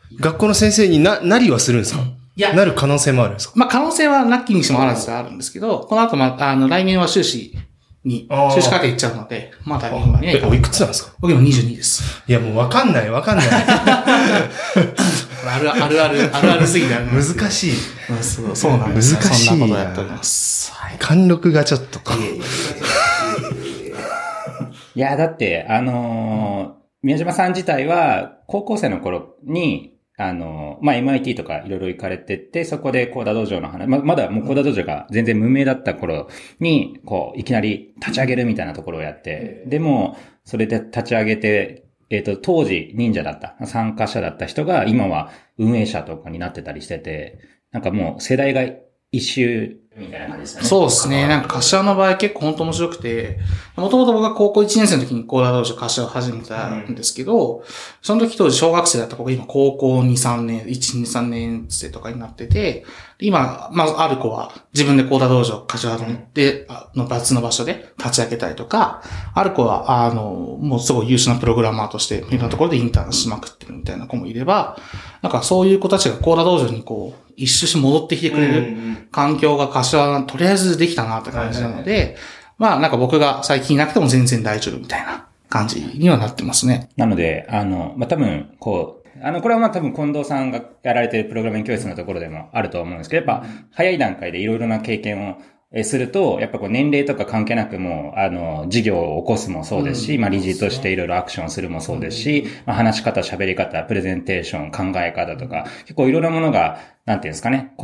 学校の先生になりはするんですか？いや。なる可能性もあるんですか？ 可能性はなきにしもあらずであるんですけど、この後来年は修士課程行っちゃうので、大変今ね。 おいくつなんですか？ 僕今22です。 いや、もうわかんない。あるすぎだね。 難しい。 そうなんです。 難しい。 そんなことをやっております。 貫禄がちょっとか。 いや、だって、宮島さん自体は、高校生の頃に、MIT とかいろいろ行かれてて、そこでコーダ道場の話、まだもうコーダ道場が全然無名だった頃に、いきなり立ち上げるみたいなところをやって、でも、それで立ち上げて、当時忍者だった、参加者だった人が、今は運営者とかになってたりしてて、なんかもう世代が一周、みたいな感じですね。 そうですね。なんか柏の場合結構本当面白くて、もともと僕が高校1年生の時にコーダ道場柏を始めたんですけど、その時当時小学生だった子が今高校2、3年、1、2、3年生とかになってて、今、ある子は自分でコーダ道場柏で、別の場所で立ち上げたりとか、ある子は、もうすごい優秀なプログラマーとして、いろんなところでインターンしまくってるみたいな子もいれば、なんかそういう子たちがコーダ道場に一周して戻ってきてくれる環境が柏とりあえずできたなって感じなので、なんか僕が最近いなくても全然大丈夫みたいな感じにはなってますね。 なので、多分、これは多分近藤さんがやられているプログラミング教室のところでもあると思うんですけど、やっぱ早い段階でいろいろな経験をすると、やっぱ年齢とか関係なくもう、事業を起こすもそうですし、理事としていろいろアクションするもそうですし、話し方、喋り方、プレゼンテーション、考え方とか、結構いろんなものが、なんていうんですかね、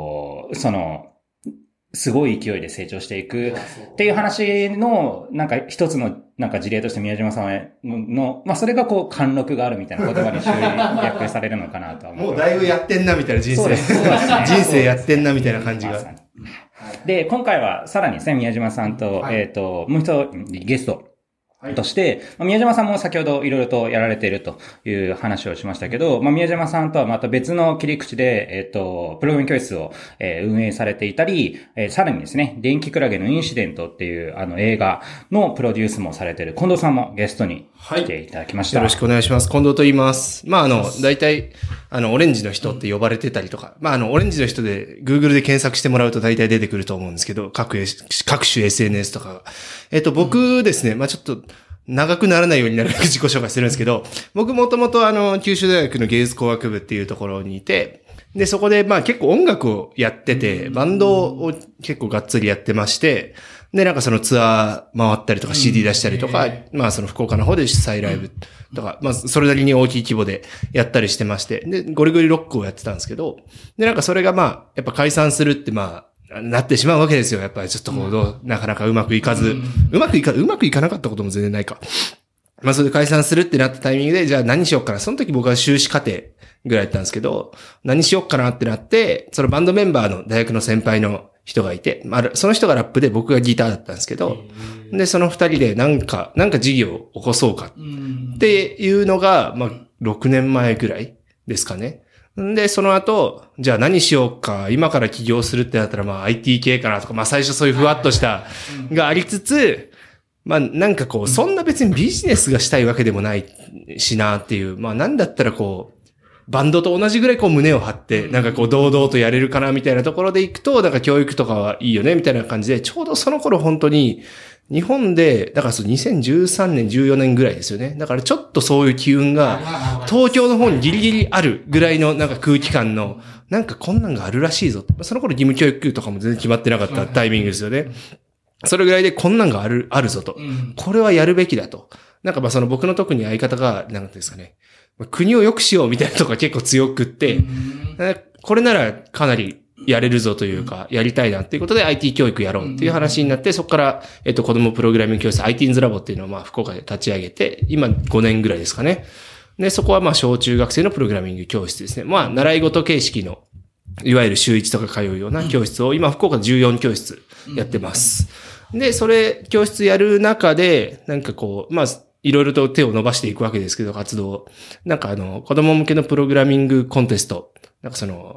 すごい勢いで成長していくっていう話の、なんか一つのなんか事例として宮島さんの、それが貫禄があるみたいな言葉に集約されるのかなと思う。 もうだいぶやってんなみたいな人生。 そうです。 人生やってんなみたいな感じが。 で、今回はさらにですね、宮島さんと、もう一度ゲストとして、宮島さんも先ほどいろいろとやられているという話をしましたけど、宮島さんとはまた別の切り口で、プログラミング教室を、運営されていたり、さらにですね、電気クラゲのインシデントっていう映画のプロデュースもされている近藤さんもゲストに来ていただきました。 よろしくお願いします。近藤と言います。大体、オレンジの人って呼ばれてたりとか、オレンジの人で Google で検索してもらうと大体出てくると思うんですけど、各種 SNS とかが。僕ですね、ちょっと、長くならないようになるべく自己紹介してるんですけど、僕もともと九州大学の芸術工学部っていうところにいて、で、そこで結構音楽をやってて、バンドを結構がっつりやってまして、で、なんかそのツアー回ったりとか CD 出したりとか、その福岡の方で主催ライブとか、それなりに大きい規模でやったりしてまして、で、ゴリゴリロックをやってたんですけど、で、なんかそれがやっぱ解散するってなってしまうわけですよ。やっぱりちょっとなかなかうまくいかず、うまくいかなかったことも全然ないか。それで解散するってなったタイミングで、じゃあ何しようかな。その時僕は修士課程ぐらいだったんですけど、何しようかなってなって、そのバンドメンバーの大学の先輩の人がいて、その人がラップで僕がギターだったんですけど、で、その二人でなんか事業を起こそうかっていうのが、6年前ぐらいですかね。で、その後、じゃあ何しようか、今から起業するってなったらIT 系かなとか、最初そういうふわっとしたがありつつ、なんかそんな別にビジネスがしたいわけでもないしなっていう、なんだったらバンドと同じぐらい胸を張って、なんか堂々とやれるかなみたいなところで行くと、なんか教育とかはいいよねみたいな感じで、ちょうどその頃本当に、日本で、だから2013年、14年ぐらいですよね。だからちょっとそういう機運が、東京の方にギリギリあるぐらいのなんか空気感の、なんかこんなんがあるらしいぞ。その頃義務教育とかも全然決まってなかったタイミングですよね。それぐらいでこんなんがあるぞと。これはやるべきだと。なんかその僕の特に相方が、なんですかね。国を良くしようみたいなとこが結構強くって、これならかなりやれるぞというか、やりたいなっていうことで IT 教育やろうっていう話になって、そこから、子供プログラミング教室 IT's ラボっていうのを福岡で立ち上げて、今5年ぐらいですかね。で、そこは小中学生のプログラミング教室ですね。習い事形式の、いわゆる週1とか通うような教室を、今福岡で14教室やってます。で、教室やる中で、なんかいろいろと手を伸ばしていくわけですけど、活動を。なんか子供向けのプログラミングコンテスト。なんか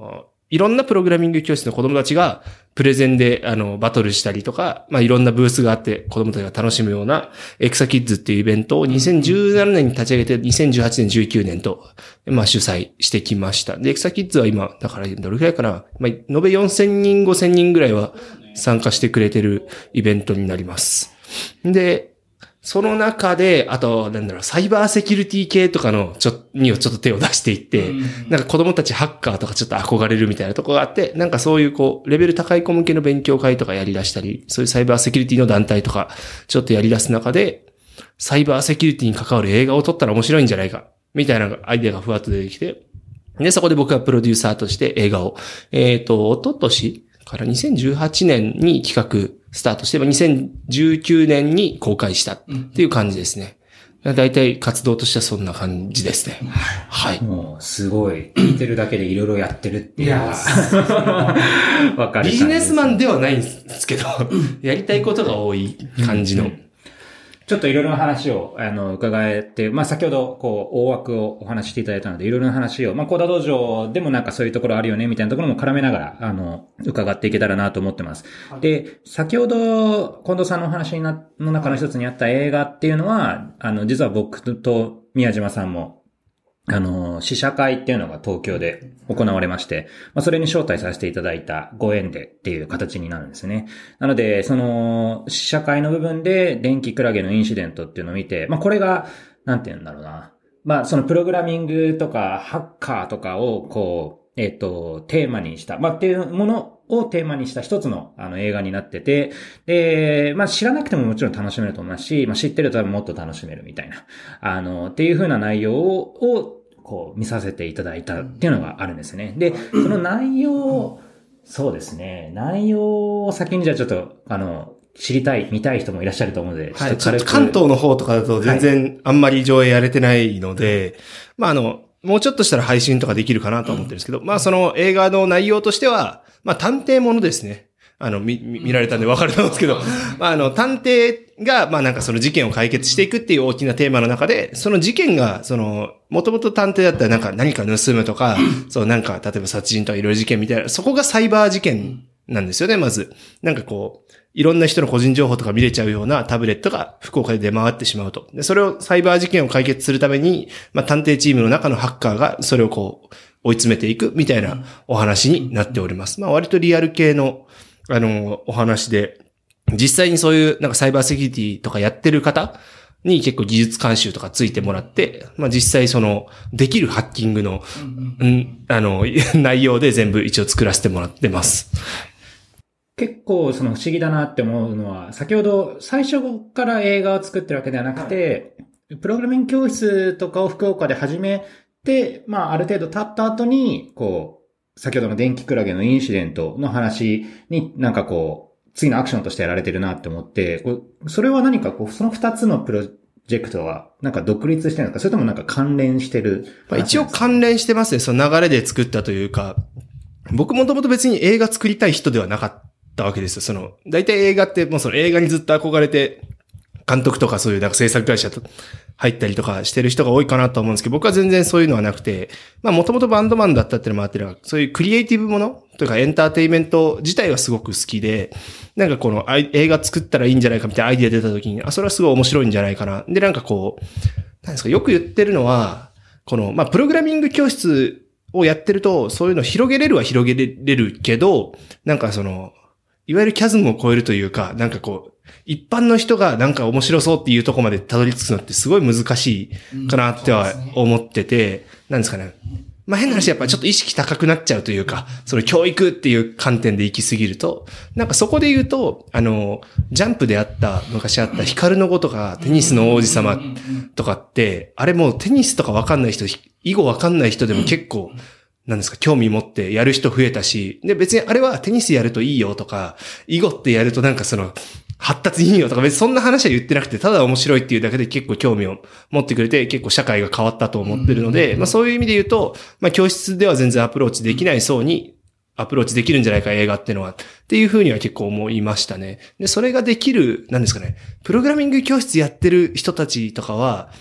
いろんなプログラミング教室の子供たちがプレゼンでバトルしたりとか、いろんなブースがあって子供たちが楽しむようなエクサキッズっていうイベントを2017年に立ち上げて2018年、19年と、主催してきました。で、エクサキッズは今、だからどれくらいかな、延べ4000人、5000人ぐらいは参加してくれてるイベントになります。で、その中で、あと、サイバーセキュリティ系とかのにちょっと手を出していって、なんか子供たちハッカーとかちょっと憧れるみたいなところがあって、なんかそういうレベル高い子向けの勉強会とかやり出したり、そういうサイバーセキュリティの団体とか、ちょっとやり出す中で、サイバーセキュリティに関わる映画を撮ったら面白いんじゃないか、みたいなアイデアがふわっと出てきて、で、そこで僕はプロデューサーとして映画を、一昨年から2018年に企画、スタートして、2019年に公開したっていう感じですね。だいたい活動としてはそんな感じですね。はい。 もう、すごい、聞いてるだけでいろいろやってるっていうのが、わかる。 ビジネスマンではないんですけど、やりたいことが多い感じの。 ちょっといろいろな話を、伺えて、先ほど、大枠をお話ししていただいたので、いろいろな話を、コーダ道場でもなんかそういうところあるよね、みたいなところも絡めながら、伺っていけたらなと思ってます。で、先ほど、近藤さんのお話の中の一つにあった映画っていうのは、実は僕と宮島さんも、試写会っていうのが東京で行われまして、それに招待させていただいたご縁でっていう形になるんですね。なので、その、試写会の部分で電気クラゲのインシデントっていうのを見て、これが、なんて言うんだろうな。そのプログラミングとかハッカーとかをテーマにした、っていうものをテーマにした一つの映画になってて、で、知らなくてももちろん楽しめると思いますし、知ってるともっと楽しめるみたいな、っていう風な内容を見させていただいたっていうのがあるんですね。で、その内容、そうですね、内容を先にじゃあちょっと、知りたい、見たい人もいらっしゃると思うので、 はい、ちょっと関東の方とかだと全然あんまり上映やれてないので、もうちょっとしたら配信とかできるかなと思ってるんですけど、その映画の内容としては、探偵ものですね。見られたんで分かると思うんですけど、探偵が、なんかその事件を解決していくっていう大きなテーマの中で、その事件が、もともと探偵だったらなんか何か盗むとか、なんか、例えば殺人とかいろいろ事件みたいな、そこがサイバー事件なんですよね、まず。なんかいろんな人の個人情報とか見れちゃうようなタブレットが福岡で出回ってしまうと。で、それをサイバー事件を解決するために、探偵チームの中のハッカーがそれを追い詰めていくみたいなお話になっております。割とリアル系の、お話で、実際にそういうなんかサイバーセキュリティとかやってる方に結構技術監修とかついてもらって、実際できるハッキングの、内容で全部一応作らせてもらってます。 結構不思議だなって思うのは、先ほど最初から映画を作ってるわけではなくて、プログラミング教室とかを福岡で始めて、ある程度経った後に、先ほどの電気クラゲのインシデントの話になんか次のアクションとしてやられてるなって思って、それは何かその二つのプロジェクトはなんか独立してるんですか？それともなんか関連してる？ 一応関連してますね。その流れで作ったというか、僕もともと別に映画作りたい人ではなかったわけですよ。大体映画ってもうその映画にずっと憧れて、監督とかそういうなんか制作会社と入ったりとかしてる人が多いかなと思うんですけど、僕は全然そういうのはなくて、もともとバンドマンだったっていうのもあって、そういうクリエイティブものというかエンターテイメント自体はすごく好きで、なんか映画作ったらいいんじゃないかみたいなアイディア出た時に、それはすごい面白いんじゃないかな。で、なんかなんですか、よく言ってるのは、プログラミング教室をやってると、そういうの広げれるは広げれるけど、なんかいわゆるキャズムを超えるというか、なんか一般の人がなんか面白そうっていうところまでたどり着くのってすごい難しいかなっては思ってて、なんですかね。変な話やっぱちょっと意識高くなっちゃうというか、その教育っていう観点で行き過ぎると、なんかそこで言うと、ジャンプで昔あったヒカルの子とかテニスの王子様とかって、あれもうテニスとかわかんない人、囲碁わかんない人でも結構、なんですか、興味持ってやる人増えたし、で別にあれはテニスやるといいよとか、囲碁ってやるとなんか発達いいよとか別にそんな話は言ってなくて、ただ面白いっていうだけで結構興味を持ってくれて、結構社会が変わったと思ってるので、そういう意味で言うと、教室では全然アプローチできない層にアプローチできるんじゃないか映画っていうのは、っていうふうには結構思いましたね。で、それができる、なんですかね、プログラミング教室やってる人たちとかは、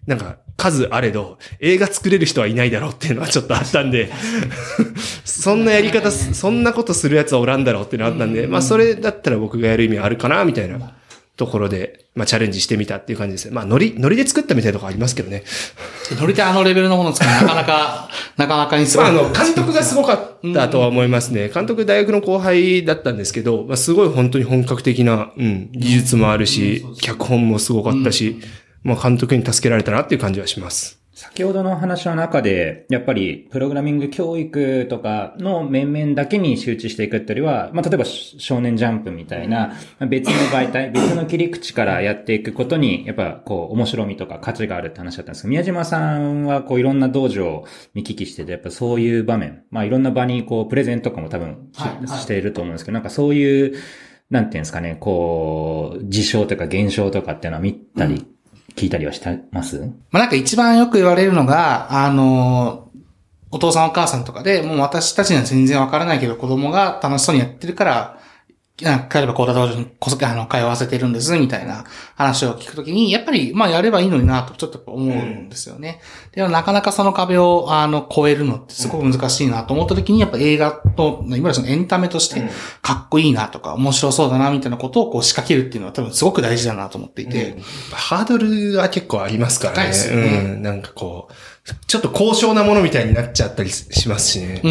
なんか数あれど、映画作れる人はいないだろうっていうのはちょっとあったんで、そんなやり方、そんなことするやつはおらんだろうっていうのがあったんで、まあそれだったら僕がやる意味あるかな、みたいなところで、まあチャレンジしてみたっていう感じですね。まあノリで作ったみたいなとこありますけどね。 ノリでレベルのものを作るなかなかにすごい。 まあ監督がすごかったとは思いますね。監督大学の後輩だったんですけど、まあすごい本当に本格的な、技術もあるし、脚本もすごかったし、まあ監督に助けられたなっていう感じはします。 先ほどの話の中で、やっぱりプログラミング教育とかの面々だけに集中していくってよりは、まあ、例えば少年ジャンプみたいな別の媒体、別の切り口からやっていくことに、やっぱこう面白みとか価値があるって話だったんですけど、宮島さんはこういろんな道場を見聞きしてて、やっぱそういう場面、まあいろんな場にこうプレゼンとかも多分していると思うんですけど、なんかそういう、なんていうんですかね、こう、事象とか現象とかっていうのは見たり、聞いたりはしてます？ まあ、なんか一番よく言われるのが、お父さんお母さんとかで、もう私たちには全然わからないけど子供が楽しそうにやってるから、例えば講座道場に通わせてるんです、みたいな話を聞くときに、やっぱり、まあやればいいのになとちょっと思うんですよね。で、なかなかその壁を、超えるのってすごく難しいなと思ったときに、やっぱ映画と、いわゆるそのエンタメとして、かっこいいなとか、面白そうだな、みたいなことをこう仕掛けるっていうのは多分すごく大事だなと思っていて。 ハードルは結構ありますからね。 ですよね。 なんかこう、ちょっと高尚なものみたいになっちゃったりしますしね。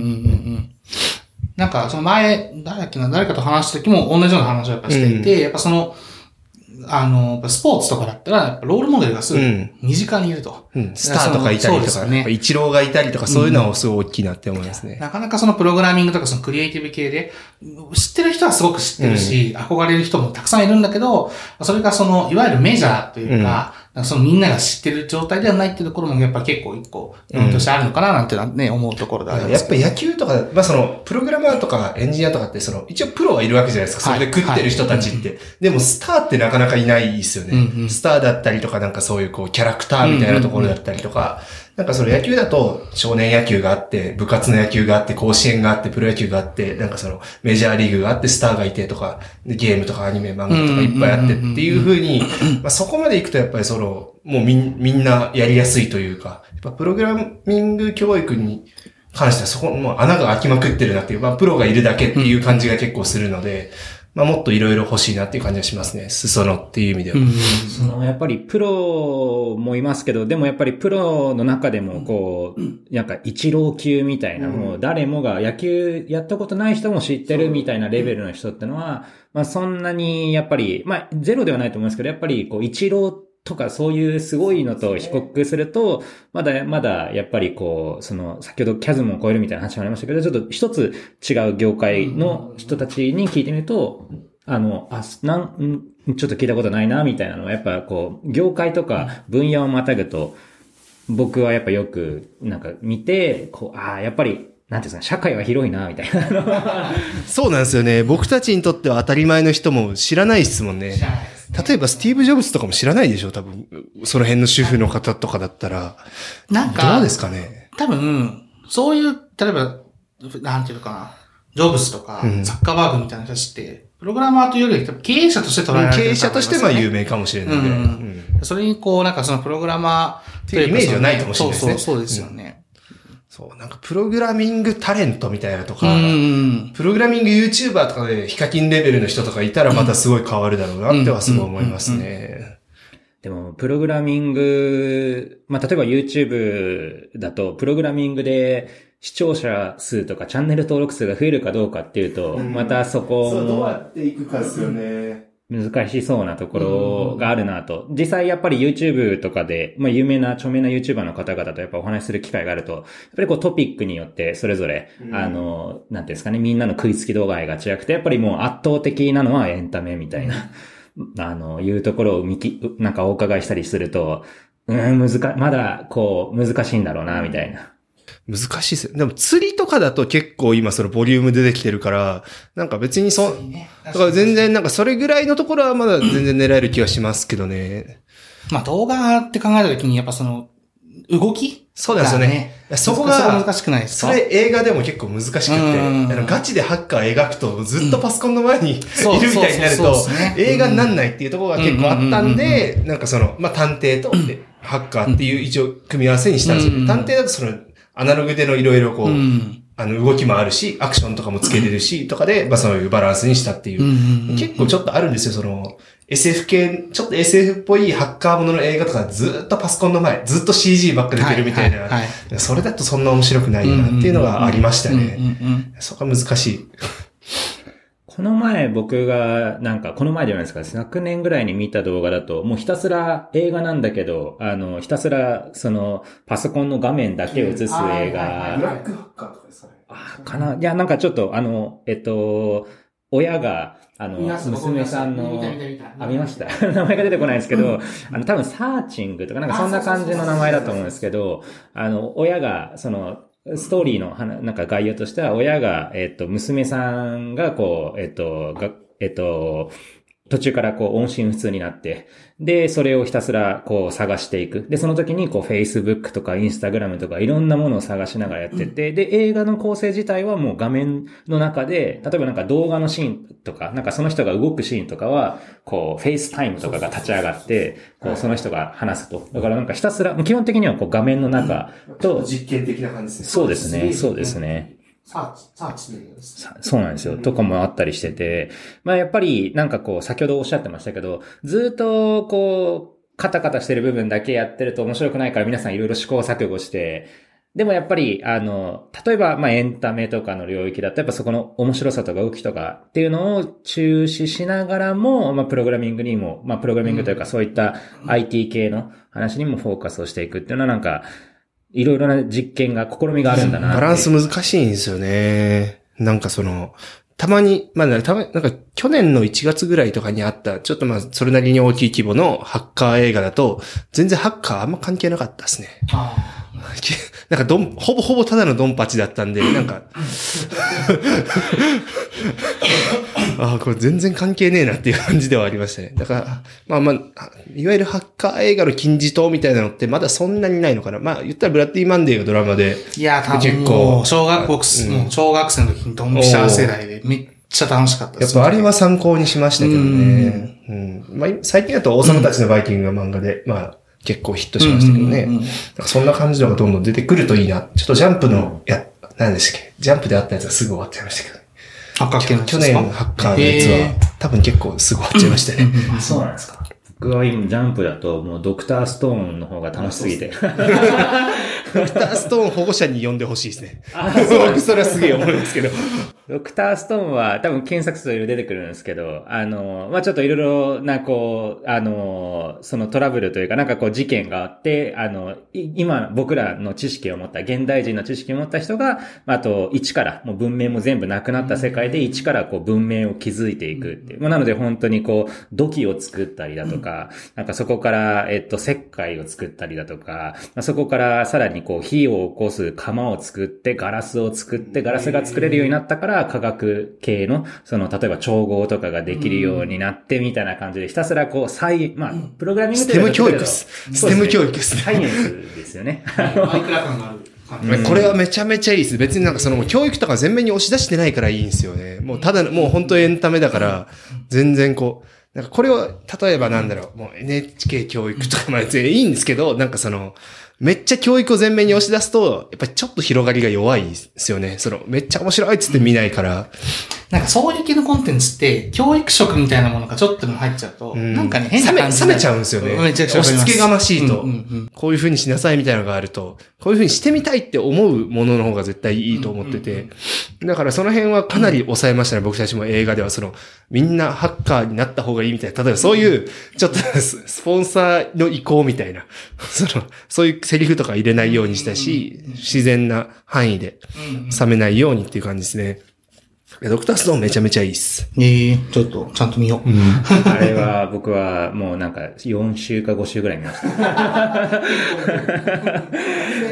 なんか、その前、誰かと話した時も同じような話をやっぱしていて、やっぱその、スポーツとかだったら、やっぱロールモデルがすぐ身近にいると。 スターとかいたりとか、ね、イチローがいたりとか、そういうのはすごい大きいなって思いますね。 なかなかそのプログラミングとかそのクリエイティブ系で、知ってる人はすごく知ってるし、憧れる人もたくさんいるんだけど、それがその、いわゆるメジャーというか、そのみんなが知ってる状態ではないっていうところもやっぱ結構一個、としてあるのかななんてね、思うところであります。 やっぱ野球とか、まあその、プログラマーとかエンジニアとかって、その、一応プロはいるわけじゃないですか。それで食ってる人たちって。でもスターってなかなかいないですよね。スターだったりとか、なんかそういうこう、キャラクターみたいなところだったりとか、なんかその野球だと少年野球があって、部活の野球があって、甲子園があって、プロ野球があって、なんかそのメジャーリーグがあって、スターがいてとか、ゲームとかアニメ、漫画とかいっぱいあってっていう風に、まあそこまで行くとやっぱりその、もうみんなやりやすいというか、やっぱプログラミング教育に関してはそこ、もう穴が開きまくってるなっていう、まあプロがいるだけっていう感じが結構するので、まあもっといろいろ欲しいなっていう感じがしますね。裾野っていう意味では。 そのやっぱりプロもいますけど、でもやっぱりプロの中でもこう、なんか一浪級みたいな、もう誰もが野球やったことない人も知ってるみたいなレベルの人ってのは、まあそんなにやっぱり、まあゼロではないと思うんですけど、やっぱりこう一浪とかそういうすごいのと比較すると、まだやっぱりこう、その、先ほどキャズムを超えるみたいな話もありましたけど、ちょっと一つ違う業界の人たちに聞いてみると、ちょっと聞いたことないな、みたいなのは、やっぱこう、業界とか分野をまたぐと、僕はやっぱよく、なんか見て、こう、やっぱり、なんていうんですか、社会は広いな、みたいな。 そうなんですよね。僕たちにとっては当たり前の人も知らないですもんね。例えばスティーブ・ジョブズとかも知らないでしょ、多分。その辺の主婦の方とかだったら。 なんか、 どうですかね。 多分、そういう、例えば、なんていうのかな、ジョブズとか、ザッカーバーグみたいな人たちって、プログラマーというより経営者として捉えられてる、 経営者としてまあ有名かもしれないんで。 それにこう、なんかそのプログラマーというイメージはないかもしれないですね。 そうですよね。 そう、なんかプログラミングタレントみたいなとか、プログラミング YouTuber とかでヒカキンレベルの人とかいたらまたすごい変わるだろうなってはすごい思いますね。 でも、プログラミング、まあ、例えば YouTube だと、プログラミングで視聴者数とかチャンネル登録数が増えるかどうかっていうと、またそこも、どうやっていくかですよね。 難しそうなところがあるなと。実際やっぱり YouTube とかで、まあ有名な、著名な YouTuber の方々とやっぱお話しする機会があると、やっぱりこうトピックによってそれぞれ、なんていうんですかね、みんなの食いつき動画が違くて、やっぱりもう圧倒的なのはエンタメみたいな、いうところをなんかお伺いしたりすると、まだこう難しいんだろうな、みたいな。 難しいですよ。でも釣りとかだと結構今そのボリューム出てきてるから、なんか別にだから全然なんかそれぐらいのところはまだ全然狙える気はしますけどね。 まあ動画って考えたときにやっぱその動きそうなんですよね。そこが難しくないですか？ それ映画でも結構難しくて、ガチでハッカー描くとずっとパソコンの前にいるみたいになると、映画になんないっていうところが結構あったんで、なんかその、まあ探偵とハッカーっていう一応組み合わせにしたんですよね。探偵だとその、アナログでのいろいろこう、動きもあるし、アクションとかもつけれるし、とかで、まあそういうバランスにしたっていう。結構ちょっとあるんですよ、その、SF 系、ちょっと SF っぽいハッカーものの映画とかずっとパソコンの前、ずっと CG ばっか出てるみたいな。それだとそんな面白くないなっていうのがありましたね。そこは難しい。 この前僕が、この前じゃないですか、昨年ぐらいに見た動画だと、もうひたすら映画なんだけど、ひたすら、パソコンの画面だけを映す映画。 ブラックハッカーとかですかね。 かな。いや、ちょっと、親が、娘さんの、見ました名前が出てこないんですけど、多分サーチングとかそんな感じの名前だと思うんですけど、親が、ストーリーの概要としては、親が、娘さんが途中から音信不通になって、で、それをひたすら探していく。で、その時にFacebook とか Instagram とかいろんなものを探しながらやってて、で、映画の構成自体はもう画面の中で、例えば動画のシーンとか、その人が動くシーンとかは、FaceTime とかが立ち上がって、その人が話すと。だからひたすら、基本的には画面の中と、 実験的な感じですね。 そうですね、そうですね。 サーチです。 そうなんですよ。とかもあったりしてて。まあやっぱり先ほどおっしゃってましたけど、ずっとカタカタしてる部分だけやってると面白くないから皆さんいろいろ試行錯誤して、でもやっぱり例えばエンタメとかの領域だとやっぱそこの面白さとか動きとかっていうのを注視しながらも、プログラミングにも、プログラミングというかそういった IT 系の話にもフォーカスをしていくっていうのはいろいろな実験が、試みがあるんだな。 バランス難しいんですよね。たまに、去年の1月ぐらいとかにあった、ちょっとそれなりに大きい規模のハッカー映画だと、全然ハッカーあんま関係なかったですね。ほぼほぼただのドンパチだったんで、これ全然関係ねえなっていう感じではありましたね。だから、いわゆるハッカー映画の金字塔みたいなのってまだそんなにないのかな。言ったらブラッディ・マンデーがドラマで。 いや、結構、小学生の時にドンピシャ世代でめっちゃ楽しかったです。 やっぱあれは参考にしましたけどね。最近だと王様たちのバイキングが漫画で、結構ヒットしましたけどね。そんな感じのがどんどん出てくるといいな。ちょっとジャンプの、何でしたっけ？ジャンプであったやつはすぐ終わっちゃいましたけど。去年ハッカーのやつは多分結構すぐ終わっちゃいましたね。 そうなんですか。僕は今ジャンプだともうドクターストーンの方が楽しすぎて。 ドクターストーン保護者に呼んでほしいですね。それはすげえ思いますけど。 ドクターストーンは多分検索するといろいろ出てくるんですけど、ちょっといろいろなそのトラブルというか事件があって、今僕らの知識を持った、現代人の知識を持った人が、あと一からもう文明も全部なくなった世界で一から文明を築いていくっていう。なので本当に土器を作ったりだとか、そこから、石灰を作ったりだとか、そこからさらに火を起こす窯を作って、ガラスを作って、ガラスが作れるようになったから、科学系の、例えば調合とかができるようになって、みたいな感じで、ひたすらプログラミングというステム教育です。ステム教育ですね。 サイエンスですよね。 マイクラ感がある。 これはめちゃめちゃいいです。別に教育とか全面に押し出してないからいいんですよね。もう本当エンタメだから、全然これを、例えばもう NHK 教育とかまでいいんですけど、めっちゃ教育を前面に押し出すと、やっぱりちょっと広がりが弱いですよね。めっちゃ面白いっつって見ないから。 そういう系のコンテンツって、教育色みたいなものがちょっとでも入っちゃうと、変な感じ冷めちゃうんですよね。 めちゃくちゃ押し付けがましいと、こういう風にしなさいみたいなのがあると、こういう風にしてみたいって思うものの方が絶対いいと思ってて。だからその辺はかなり抑えましたね。僕たちも映画ではみんなハッカーになった方がいいみたいな。例えばそういう、ちょっとスポンサーの意向みたいな。そういうセリフとか入れないようにしたし、自然な範囲で冷めないようにっていう感じですね。ドクターストーンめちゃめちゃいいっす。 ちょっとちゃんと見よう。 あれは僕はもう4週か5週ぐらい見ました。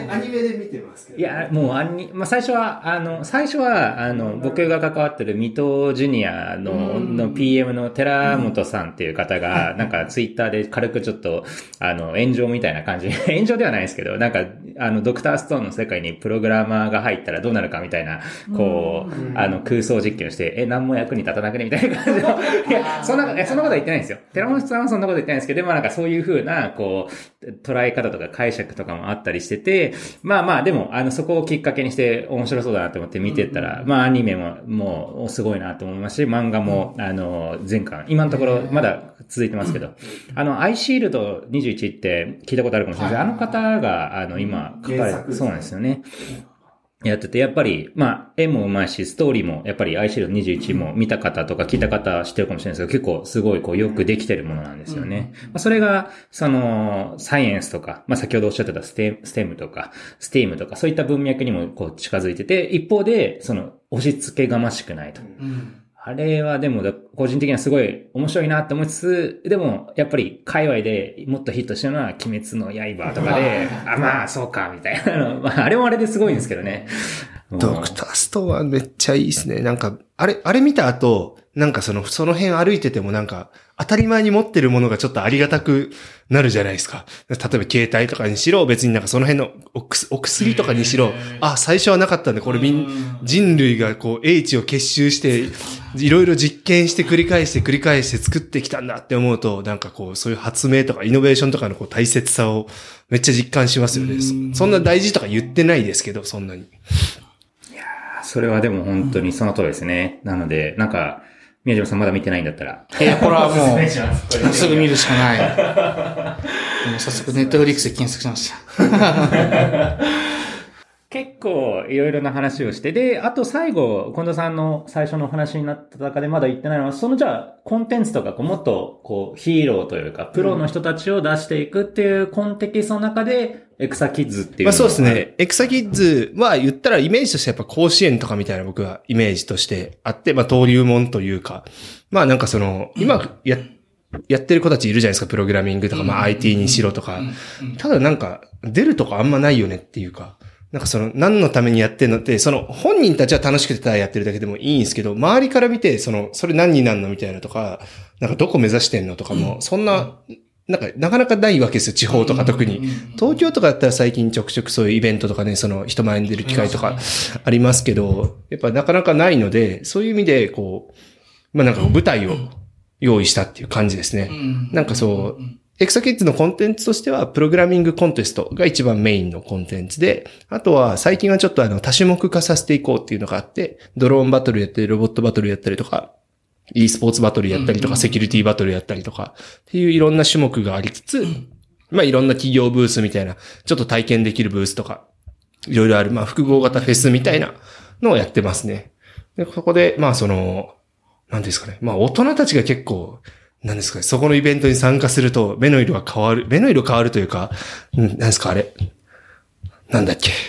アニメで見てますけど。 いや、もうまあ、最初は、僕が関わってる水戸ジュニアの PM の寺本さんっていう方が、なんかツイッターで軽くちょっと、炎上みたいな感じ。炎上ではないですけど、なんか、ドクターストーンの世界にプログラマーが入ったらどうなるかみたいな、こう、空想実験をして、何も役に立たなくねみたいな感じの。いや、そんなことは言ってないんですよ。寺本さんはそんなこと言ってないんですけど、でもなんかそういう風な、こう、捉え方とか解釈とかもあったりしてて、まあまあ、でも、そこをきっかけにして面白そうだなと思って見てったら、まあアニメもうすごいなと思いますし、漫画も、前巻、今のところまだ続いてますけど、アイシールド21って聞いたことあるかもしれないです。あの方が、今、そうなんですよね。やってて、やっぱり、まあ、絵も上手いし、ストーリーも、やっぱりアイシールド21も見た方とか聞いた方知ってるかもしれないですけど、結構すごいこうよくできてるものなんですよね。まあ、それが、サイエンスとか、まあ先ほどおっしゃってたステムとか、スティームとか、そういった文脈にもこう近づいてて、一方で、押し付けがましくないと。あれはでも、個人的にはすごい面白いなって思いつつ、でも、やっぱり、界隈でもっとヒットしてるのは、鬼滅の刃とかで、まあ、そうか、みたいな。まあ、あれもあれですごいんですけどね。 ドクターストーンはめっちゃいいですね。なんか、あれ見た後、なんかその辺歩いててもなんか、当たり前に持ってるものがちょっとありがたくなるじゃないですか。例えば携帯とかにしろ、別になんかその辺のお薬とかにしろ、最初はなかったんで、これ人類がこう英知を結集して、いろいろ実験して繰り返して作ってきたんだって思うと、なんかこう、そういう発明とかイノベーションとかのこう大切さをめっちゃ実感しますよね。そんな大事とか言ってないですけど、そんなに。いやー、それはでも本当にその通りですね。なので、なんか、宮島さんまだ見てないんだったら。 これはもう、すぐ見るしかない。早速ネットフリックスで検索しました。 結構いろいろな話をして、で、あと最後、近藤さんの最初のお話になった中でまだ言ってないのは、じゃあ、コンテンツとか、もっと、ヒーローというか、プロの人たちを出していくっていうコンテキストの中で、エクサキッズっていうのは。 まあそうですね。エクサキッズは言ったらイメージとしてやっぱ甲子園とかみたいな僕はイメージとしてあって、まあ登竜門というか、まあなんか今やってる子たちいるじゃないですか、プログラミングとか、まあ IT にしろとか。ただなんか、出るとかあんまないよねっていうか、なんか何のためにやってんのって、本人たちは楽しくてただやってるだけでもいいんですけど、周りから見て、それ何になるのみたいなとか、なんかどこ目指してんのとかも、そんな、なんか、なかなかないわけですよ、地方とか特に。東京とかだったら最近ちょくちょくそういうイベントとかね、人前に出る機会とかありますけど、やっぱなかなかないので、そういう意味で、まあなんか舞台を用意したっていう感じですね。なんかエクサキッズのコンテンツとしては、プログラミングコンテストが一番メインのコンテンツで、あとは最近はちょっと多種目化させていこうっていうのがあって、ドローンバトルやったり、ロボットバトルやったりとか、e スポーツバトルやったりとか、セキュリティバトルやったりとか、っていういろんな種目がありつつ、まあいろんな企業ブースみたいな、ちょっと体験できるブースとか、いろいろある、まあ複合型フェスみたいなのをやってますね。で、そこで、まあ何ですかね。まあ大人たちが結構、何ですかね。そこのイベントに参加すると目の色が変わる。目の色変わるというか、何ですかあれ。なんだっけ。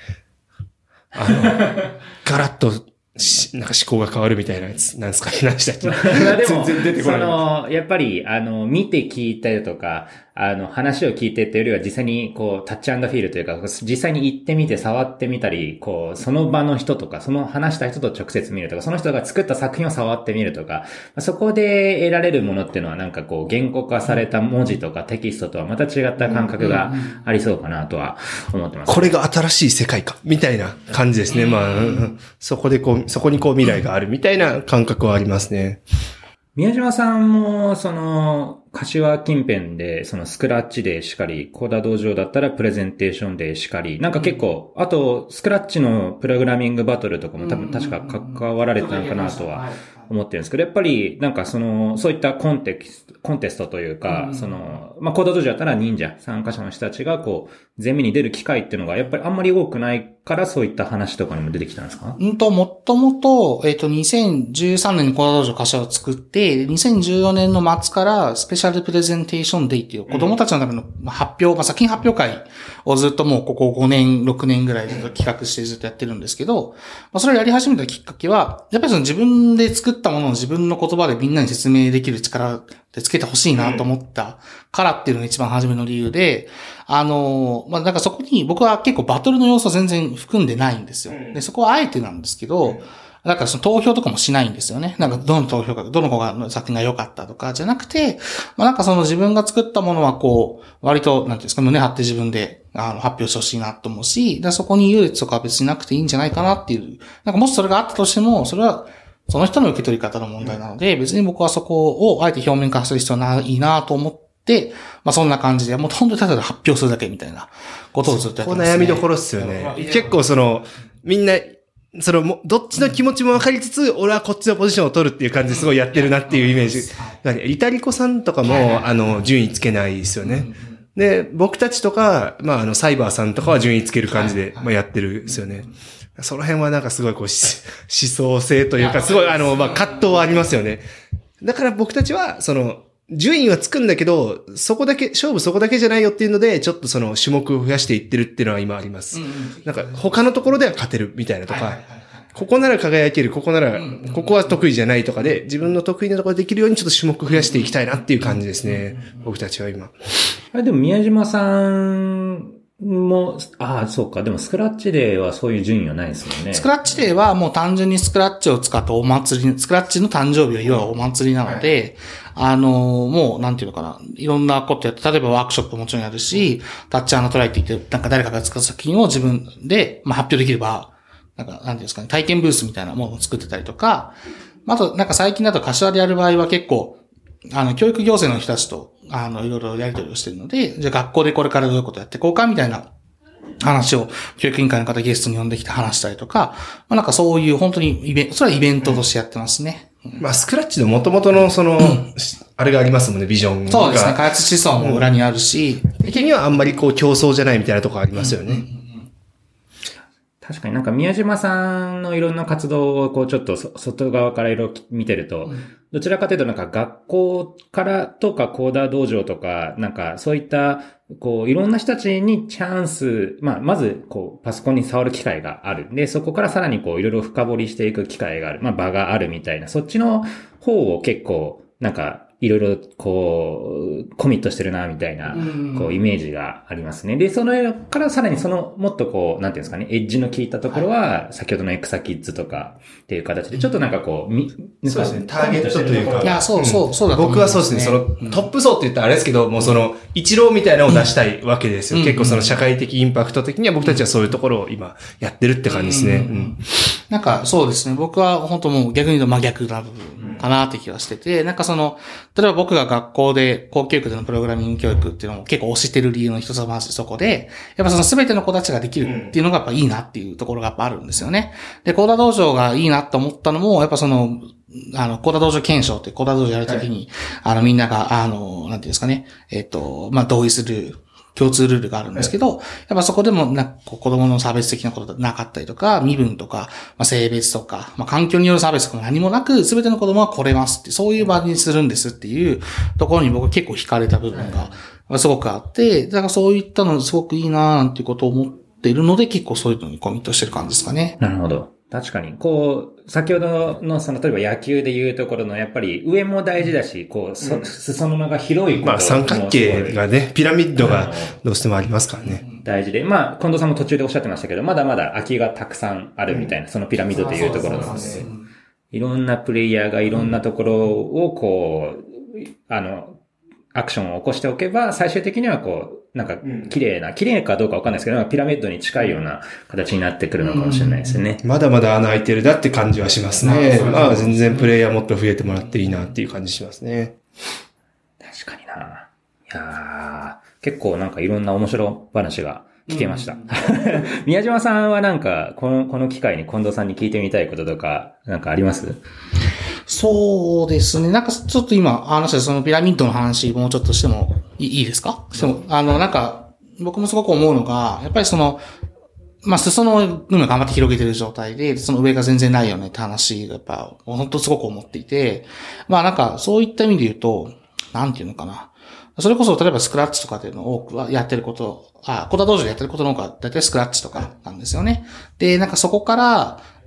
ガラッと、なんか思考が変わるみたいなやつ。なんですかね。何でしたっけ。 でも、全然出てこない。やっぱり、見て聞いたりとか、話を聞いてっていうよりは実際にタッチ&フィールというか、実際に行ってみて触ってみたり、その場の人とか、その話した人と直接見るとか、その人が作った作品を触ってみるとか、そこで得られるものっていうのはなんか言語化された文字とかテキストとはまた違った感覚がありそうかなとは思ってます。 これが新しい世界か、みたいな感じですね。まあ、そこに未来があるみたいな感覚はありますね。 宮島さんも、柏近辺で、スクラッチでしかり、コーダ道場だったらプレゼンテーションでしかり、なんか結構、あと、スクラッチのプログラミングバトルとかも多分確か関わられてたのかなとは思ってるんですけど、やっぱり、なんかそういったコンテストというか、まあ、コーダ道場だったら忍者参加者の人たちが前面に出る機会っていうのが、やっぱりあんまり多くないからそういった話とかにも出てきたんですか？ もともと、2013年にコーダ道場柏を作って、2014年の末からスペシャルプレゼンテーションデイっていう子供たちのための発表、作品発表会をずっともうここ5年、6年ぐらいで企画してずっとやってるんですけど、それをやり始めたきっかけは、やっぱり自分で作ったものを自分の言葉でみんなに説明できる力でつけてほしいなと思ったからっていうのが一番初めの理由で、まあ、なんかそこに僕は結構バトルの要素全然含んでないんですよ。で、そこはあえてなんですけど、なんかその投票とかもしないんですよね。なんかどの投票か、どの子が作品が良かったとかじゃなくて、まあなんかその自分が作ったものはこう、割と、なんていうんですか、胸張って自分で発表してほしいなと思うし、そこに優劣とかは別になくていいんじゃないかなっていう。なんかもしそれがあったとしても、それはその人の受け取り方の問題なので、別に僕はそこをあえて表面化する必要はないなと思って、まあそんな感じで、もう本当にただ発表するだけみたいなことをずっとやってますね。 こう悩みどころっすよね。結構みんな、どっちの気持ちも分かりつつ、俺はこっちのポジションを取るっていう感じですごいやってるなっていうイメージ。リタリコさんとかも、順位つけないですよね。で、僕たちとか、まあ、サイバーさんとかは順位つける感じで、まあ、やってるんですよね。その辺はなんかすごいこう、思想性というか、すごいまあ、葛藤はありますよね。だから僕たちは、順位はつくんだけど、勝負そこだけじゃないよっていうので、ちょっと種目を増やしていってるっていうのは今あります。なんか他のところでは勝てるみたいなとか、ここなら輝ける、ここは得意じゃないとかで、自分の得意なところでできるようにちょっと種目増やしていきたいなっていう感じですね。僕たちは今。 でも宮島さんも、そうか。でもスクラッチデーはそういう順位はないですもんね。 スクラッチデーはもう単純にスクラッチを使ったお祭り、スクラッチの誕生日はいわばお祭りなので、もう、なんていうのかな、いろんなことやって、例えばワークショップもちろんやるし、タッチ&トライって言って、なんか誰かが作った作品を自分で、まあ、発表できれば、なんか、なんていうんですかね、体験ブースみたいなものを作ってたりとか、あと、なんか最近だと柏でやる場合は結構、教育行政の人たちと、いろいろやり取りをしてるので、じゃあ学校でこれからどういうことやっていこうかみたいな話を教育委員会の方ゲストに呼んできて話したりとか、まあなんかそういう本当にそれはイベントとしてやってますね。 まあスクラッチの元々のあれがありますもんね、ビジョンが。 そうですね、開発思想も裏にあるし。 的にはあんまりこう競争じゃないみたいなところありますよね。 確かになんか宮島さんのいろんな活動をこうちょっと外側からいろいろ見てると、どちらかというとなんか学校からとかコーダー道場とか、なんかそういったこういろんな人たちにチャンス、まずこうパソコンに触る機会がある。で、そこからさらにこういろいろ深掘りしていく機会がある。場があるみたいな、そっちの方を結構なんかいろいろこうコミットしてるなみたいなこうイメージがありますね。で、そのからさらにもっとこうなんていうんですかね、エッジの効いたところは先ほどのエクサキッズとかっていう形でちょっとなんかこうそうですね、ターゲットというか。 いや、そうだと思いますね。 僕はそうですね、トップ層って言ったらあれですけど、もう一郎みたいなのを出したいわけですよ。結構社会的インパクト的には僕たちはそういうところを今やってるって感じですね。 なんかそうですね、僕は本当もう逆に言うと真逆な部分かなって気がしてて、なんか例えば僕が学校で公教育でのプログラミング教育っていうのを結構推してる理由の一つはまずそこで、やっぱ全ての子たちができるっていうのがやっぱいいなっていうところがやっぱあるんですよね。で、コーダ道場がいいなと思ったのも、やっぱコーダ道場検証ってコーダ道場やるときに、みんなが、なんていうんですかね、同意する、共通ルールがあるんですけど、やっぱそこでも子供の差別的なことなかったりとか、身分とか、性別とか、環境による差別とか何もなく、すべての子供は来れますって、そういう場にするんですっていうところに僕は結構惹かれた部分がすごくあって、だからそういったのすごくいいなーなんていうことを思っているので、結構そういうのにコミットしてる感じですかね。 なるほど。確かに、先ほどの例えば野球でいうところの、やっぱり上も大事だし、裾野が広いこと。 三角形がね、ピラミッドがどうしてもありますからね。 大事で。近藤さんも途中でおっしゃってましたけど、まだまだ空きがたくさんあるみたいな、そのピラミッドというところなので、いろんなプレイヤーがいろんなところをアクションを起こしておけば、最終的にはなんか、綺麗かどうかわかんないですけど、ピラミッドに近いような形になってくるのかもしれないですね。 まだまだ穴開いてるだって感じはしますね。全然プレイヤーもっと増えてもらっていいなっていう感じしますね。 確かにな。いやー、結構なんかいろんな面白話が聞けました。宮島さんはなんか、この機会に近藤さんに聞いてみたいこととか、なんかあります？ そうですね。なんかちょっと今話したピラミッドの話もうちょっとしてもいいですか？しても、なんか僕もすごく思うのが、やっぱり裾の部分頑張って広げてる状態で、その上が全然ないよねって話がやっぱ本当すごく思っていて、なんかそういった意味で言うと、なんていうのかな。それこそ、例えばスクラッチとかでの多くはやってること、コーダ道場でやってることの多くは、だいたいスクラッチとかなんですよね。で、なんかそこから、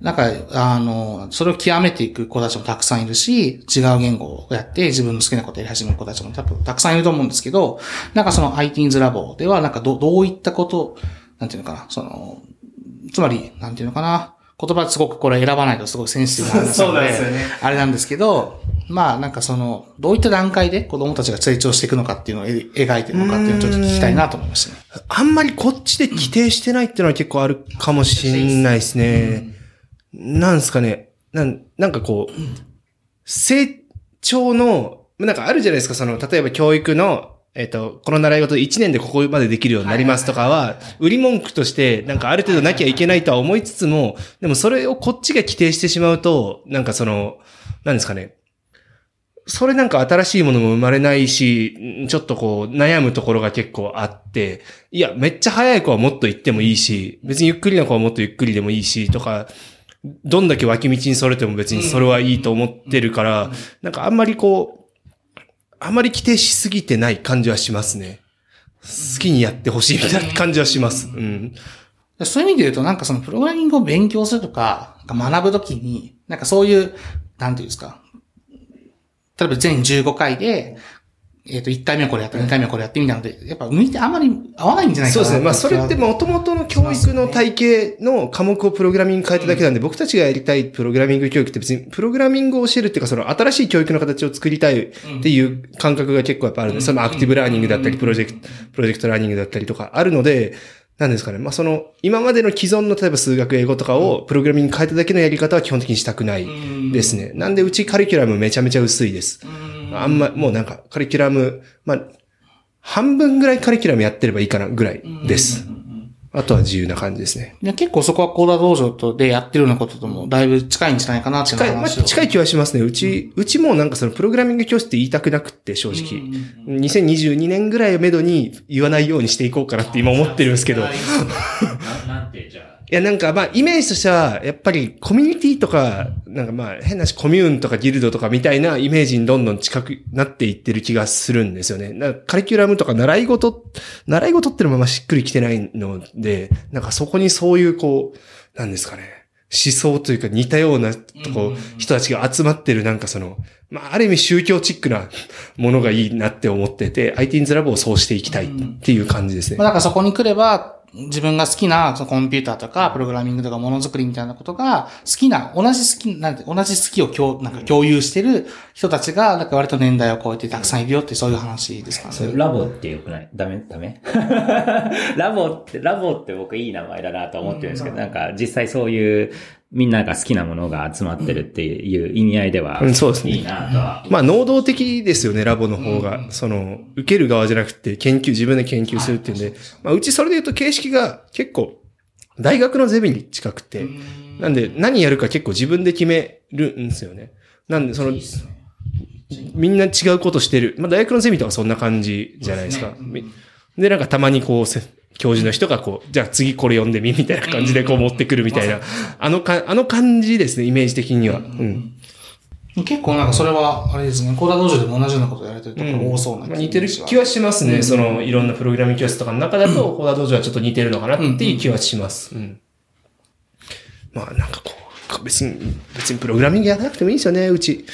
なんか、それを極めていく子たちもたくさんいるし、違う言語をやって自分の好きなことをやり始める子たちも多分たくさんいると思うんですけど、なんかその ITeens ラボでは、なんかどういったこと、なんていうのかな、つまり、なんていうのかな、言葉すごくこれ選ばないとすごいセンシティブな話なので、あれなんですけど、まあなんかどういった段階で子供たちが成長していくのかっていうのを描いてるのかっていうのをちょっと聞きたいなと思いましたね。 あんまりこっちで規定してないっていうのは結構あるかもしれないですね。なんですかね。なんかこう、成長の、なんかあるじゃないですか、例えば教育の、この習い事1年でここまでできるようになりますとかは、売り文句として、なんかある程度なきゃいけないとは思いつつも、でもそれをこっちが規定してしまうと、なんかなんですかね。それなんか新しいものも生まれないし、ちょっとこう悩むところが結構あって、いや、めっちゃ早い子はもっと行ってもいいし、別にゆっくりな子はもっとゆっくりでもいいし、とか、どんだけ脇道にそれても別にそれはいいと思ってるから、なんかあんまり規定しすぎてない感じはしますね。好きにやってほしいみたいな感じはします。うん。 そういう意味で言うと、なんかプログラミングを勉強するとか、学ぶときに、なんかそういう、なんていうんですか。例えば全15回で、1回目はこれやって、2回目はこれやってみたいなので、やっぱ向いてあんまり合わないんじゃないかな。 そうですね。まあそれって元々の教育の体系の科目をプログラミング変えただけなんで、僕たちがやりたいプログラミング教育って別にプログラミングを教えるっていうか、新しい教育の形を作りたいっていう感覚が結構やっぱあるんで、そのアクティブラーニングだったり、プロジェクトラーニングだったりとかあるので、なんですかね。まあ今までの既存の例えば数学、英語とかをプログラミング変えただけのやり方は基本的にしたくないですね。なんでうちカリキュラムめちゃめちゃ薄いです。もうなんかカリキュラム、まあ、半分ぐらいカリキュラムやってればいいかなぐらいです。あとは自由な感じですね。 結構そこはコーダ道場でやってるようなことともだいぶ近いんじゃないかなっていう話を。 近い気はしますね。うちもなんかプログラミング教室って言いたくなくって正直。2022年ぐらいをめどに言わないようにしていこうかなって今思ってるんですけど。 なんてじゃあ。 いやなんかまあイメージとしてはやっぱりコミュニティとかなんかまあ変なしコミューンとかギルドとかみたいなイメージにどんどん近くなっていってる気がするんですよね。なんかカリキュラムとか習い事ってのもまあしっくりきてないので、なんかそこにそういうこうなんですかね思想というか似たような人たちが集まってるなんかまあある意味宗教チックなものがいいなって思ってて、ITeensラボをそうしていきたいっていう感じですね。 だからそこに来れば自分が好きなコンピューターとかプログラミングとかものづくりみたいなことが同じ好きを共有してる人たちがなんか割と年代を超えてたくさんいるよってそういう話ですかね。 それラボってよくない？ダメラボって僕いい名前だなと思ってるんですけど、なんか実際そういうみんなが好きなものが集まってるっていう意味合いでは、 そうですね。 いいなとは。 まあ、能動的ですよね、ラボの方が。受ける側じゃなくて、自分で研究するっていうんで、まあ、うちそれで言うと形式が結構、大学のゼミに近くて、なんで、何やるか結構自分で決めるんですよね。なんで、みんな違うことしてる。まあ、大学のゼミとかそんな感じじゃないですか。で、なんかたまにこう、教授の人がこう、じゃあ次これ読んでみたいな感じでこう持ってくるみたいな、あの感じですね、イメージ的には。 結構なんかそれは、あれですね、コーダ道場でも同じようなことやられてるところ多そうな気が、 似てる気はしますね。いろんなプログラミング教室とかの中だと、コーダ道場はちょっと似てるのかなっていう気はします。まあなんかこう、別にプログラミングやらなくてもいいですよね、うち。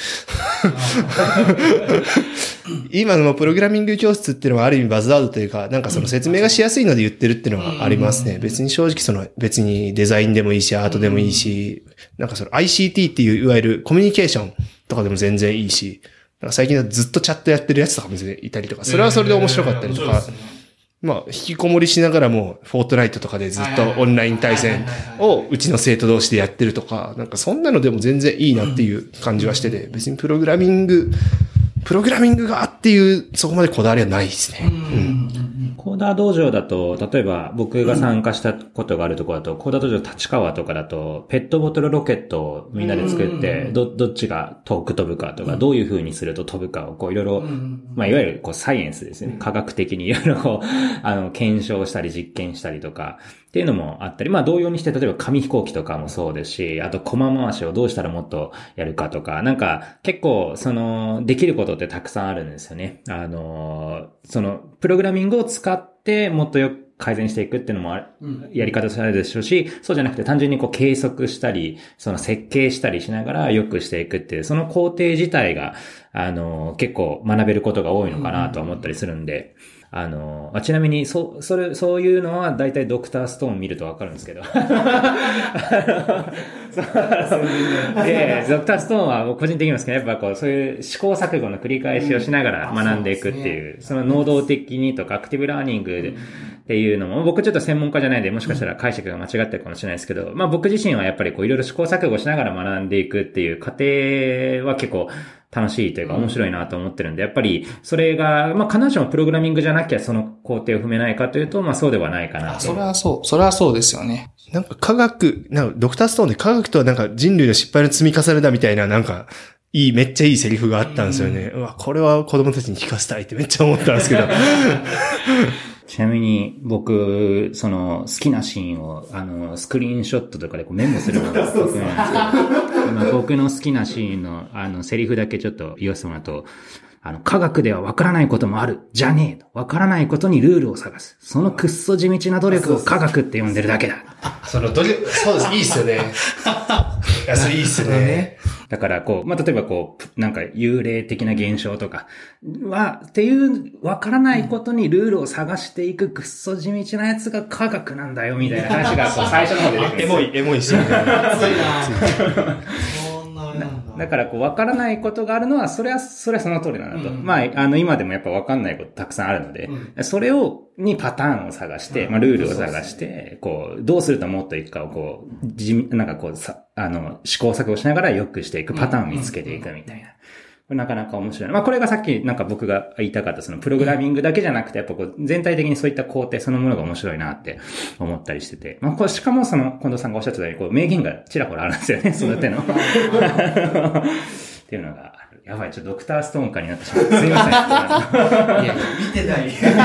今のプログラミング教室っていうのはある意味バズワードというか、なんか説明がしやすいので言ってるっていうのはありますね。別に正直別にデザインでもいいし、アートでもいいし、なんかICT っていういわゆるコミュニケーションとかでも全然いいし、なんか最近はずっとチャットやってるやつとかもいたりとか、それはそれで面白かったりとか、まあ、引きこもりしながらも、フォートナイトとかでずっとオンライン対戦をうちの生徒同士でやってるとか、なんかそんなのでも全然いいなっていう感じはしてて、別にプログラミングがっていう、そこまでこだわりはないですね。 コーダー道場だと、例えば僕が参加したことがあるところだと、コーダー道場立川とかだと、ペットボトルロケットをみんなで作って、どっちが遠く飛ぶかとか、どういう風にすると飛ぶかをこういろいろ、まあいわゆるこうサイエンスですね。科学的にいろいろこう、検証したり実験したりとか、っていうのもあったり、まあ同様にして、例えば紙飛行機とかもそうですし、あとコマ回しをどうしたらもっとやるかとか、なんか結構できることってたくさんあるんですよね。プログラミングを使ってもっと改善していくっていうのもやり方としてあるでしょうし、そうじゃなくて単純にこう計測したり、その設計したりしながら良くしていくっていう、その工程自体が、結構学べることが多いのかなと思ったりするんで、ちなみに、そういうのは大体ドクターストーン見るとわかるんですけど。で、ドクターストーンは個人的にもですけど、やっぱこう、そういう試行錯誤の繰り返しをしながら学んでいくっていう、その能動的にとかアクティブラーニングっていうのも、僕ちょっと専門家じゃないんで、もしかしたら解釈が間違ってるかもしれないですけど、まあ僕自身はやっぱりこう、いろいろ試行錯誤しながら学んでいくっていう過程は結構、楽しいというか面白いなと思ってるんで、やっぱりそれが、まあ必ずしもプログラミングじゃなきゃその工程を踏めないかというと、まあそうではないかなと。 それはそうですよね。 なんかドクターストーンで科学とはなんか人類の失敗の積み重ねだみたいな、なんか、めっちゃいいセリフがあったんですよね。うわ、これは子供たちに聞かせたいってめっちゃ思ったんですけど。 ちなみに僕、その好きなシーンを、スクリーンショットとかでこうメモするのが得意なんですけど、今僕の好きなシーンの、セリフだけちょっと言わせてもらうと、科学ではわからないこともある。じゃねえと。わからないことにルールを探す。そのくっそ地道な努力を科学って呼んでるだけだ。 そうです。いいっすよね。いや、それいいっすよね。 だからこう、まあ、例えばこう、なんか幽霊的な現象とかっていう、わからないことにルールを探していくくっそ地道なやつが科学なんだよ、みたいな話がこう最初の方で出てくるんですよ。 エモいっすよね。 だからこう分からないことがあるのはそれはその通りなんだと。まあ今でもやっぱ分かんないことたくさんあるので、それにパターンを探して、まあルールを探して、こうどうするともっといくかをこうなんかこう試行錯誤しながら良くしていくパターンを見つけていくみたいな。なかなか面白い。まあこれがさっきなんか僕が言いたかったそのプログラミングだけじゃなくてやっぱこう全体的にそういった工程そのものが面白いなって思ったりしてて。まあこれしかもその近藤さんがおっしゃってたようにこう名言がちらほらあるんですよね。育ての。っていうのが、やばい、ちょっとドクターストーン化になってしまって。すいません。いや、 見てない。見てない。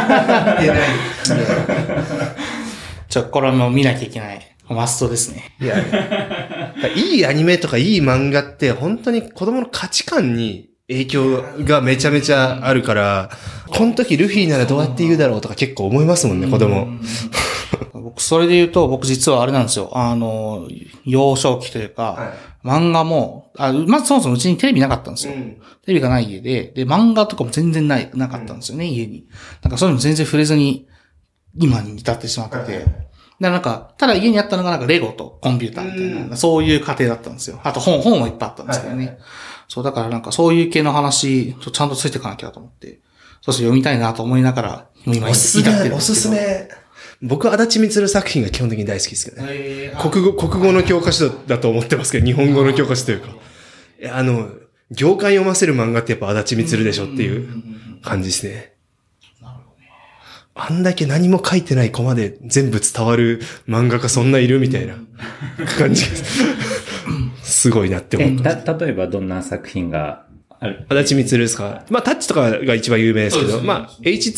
これはもう見なきゃいけない。マストですね。 いや、いいアニメとかいい漫画って本当に子供の価値観に影響がめちゃめちゃあるから、この時ルフィならどうやって言うだろうとか結構思いますもんね、子供。 僕、それで言うと、僕実はあれなんですよ。幼少期というか、漫画も、まずそもそもうちにテレビなかったんですよ。テレビがない家で、漫画とかも全然なかったんですよね、家に。なんかそういうの全然触れずに、今に至ってしまってて。なんか、ただ家にあったのがなんかレゴとコンピューターみたいな、そういう家庭だったんですよ。あと本もいっぱいあったんですけどね。そう、だからなんかそういう系の話、ちゃんとついていかなきゃと思って。そう読みたいなと思いながら、今おすすめ。僕は足立光作品が基本的に大好きですけどね。国語の教科書だと思ってますけど、日本語の教科書というか。行間読ませる漫画ってやっぱ足立光でしょっていう感じですね。あんだけ何も書いてないコマで全部伝わる漫画家そんないるみたいな感じです。すごいなって思った。 例えばどんな作品がある？ 足立光ですか？まあタッチとかが一番有名ですけど、まあ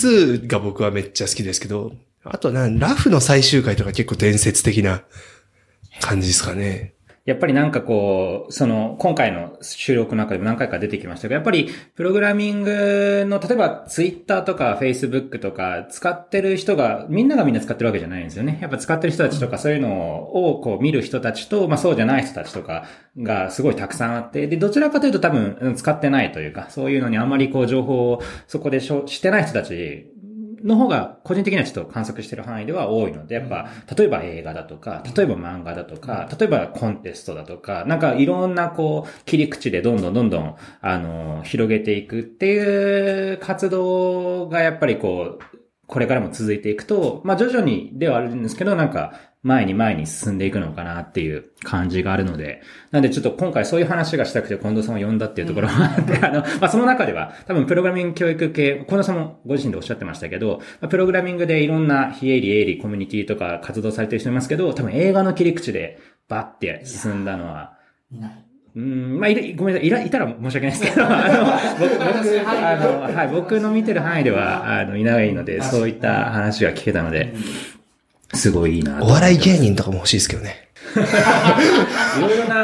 H2 が僕はめっちゃ好きですけど、あとラフの最終回とか結構伝説的な感じですかね。 やっぱりなんかこう、今回の収録の中でも何回か出てきましたけど、やっぱりプログラミングの、例えばツイッターとかフェイスブックとか使ってる人が、みんながみんな使ってるわけじゃないんですよね。やっぱ使ってる人たちとかそういうのをこう見る人たちと、まあそうじゃない人たちとかがすごいたくさんあって、で、どちらかというと多分使ってないというか、そういうのにあんまりこう情報をそこでしてない人たち、の方が個人的にはちょっと観測してる範囲では多いので、やっぱ、例えば映画だとか、例えば漫画だとか、例えばコンテストだとか、なんかいろんなこう、切り口でどんどん、広げていくっていう活動がやっぱりこう、これからも続いていくと、まあ徐々にではあるんですけど、なんか、前に進んでいくのかなっていう感じがあるので、なんでちょっと今回そういう話がしたくて近藤さんを呼んだっていうところもあって、まあその中では多分プログラミング教育系、近藤さんもご自身でおっしゃってましたけど、プログラミングでいろんな非営利コミュニティとか活動されてる人いますけど、多分映画の切り口でバッて進んだのは、まあ、ごめんなさい、いたら申し訳ないですけど、僕の見てる範囲では、いないので、そういった話が聞けたので、すごいいいな。 お笑い芸人とかも欲しいですけどね。 いろいろな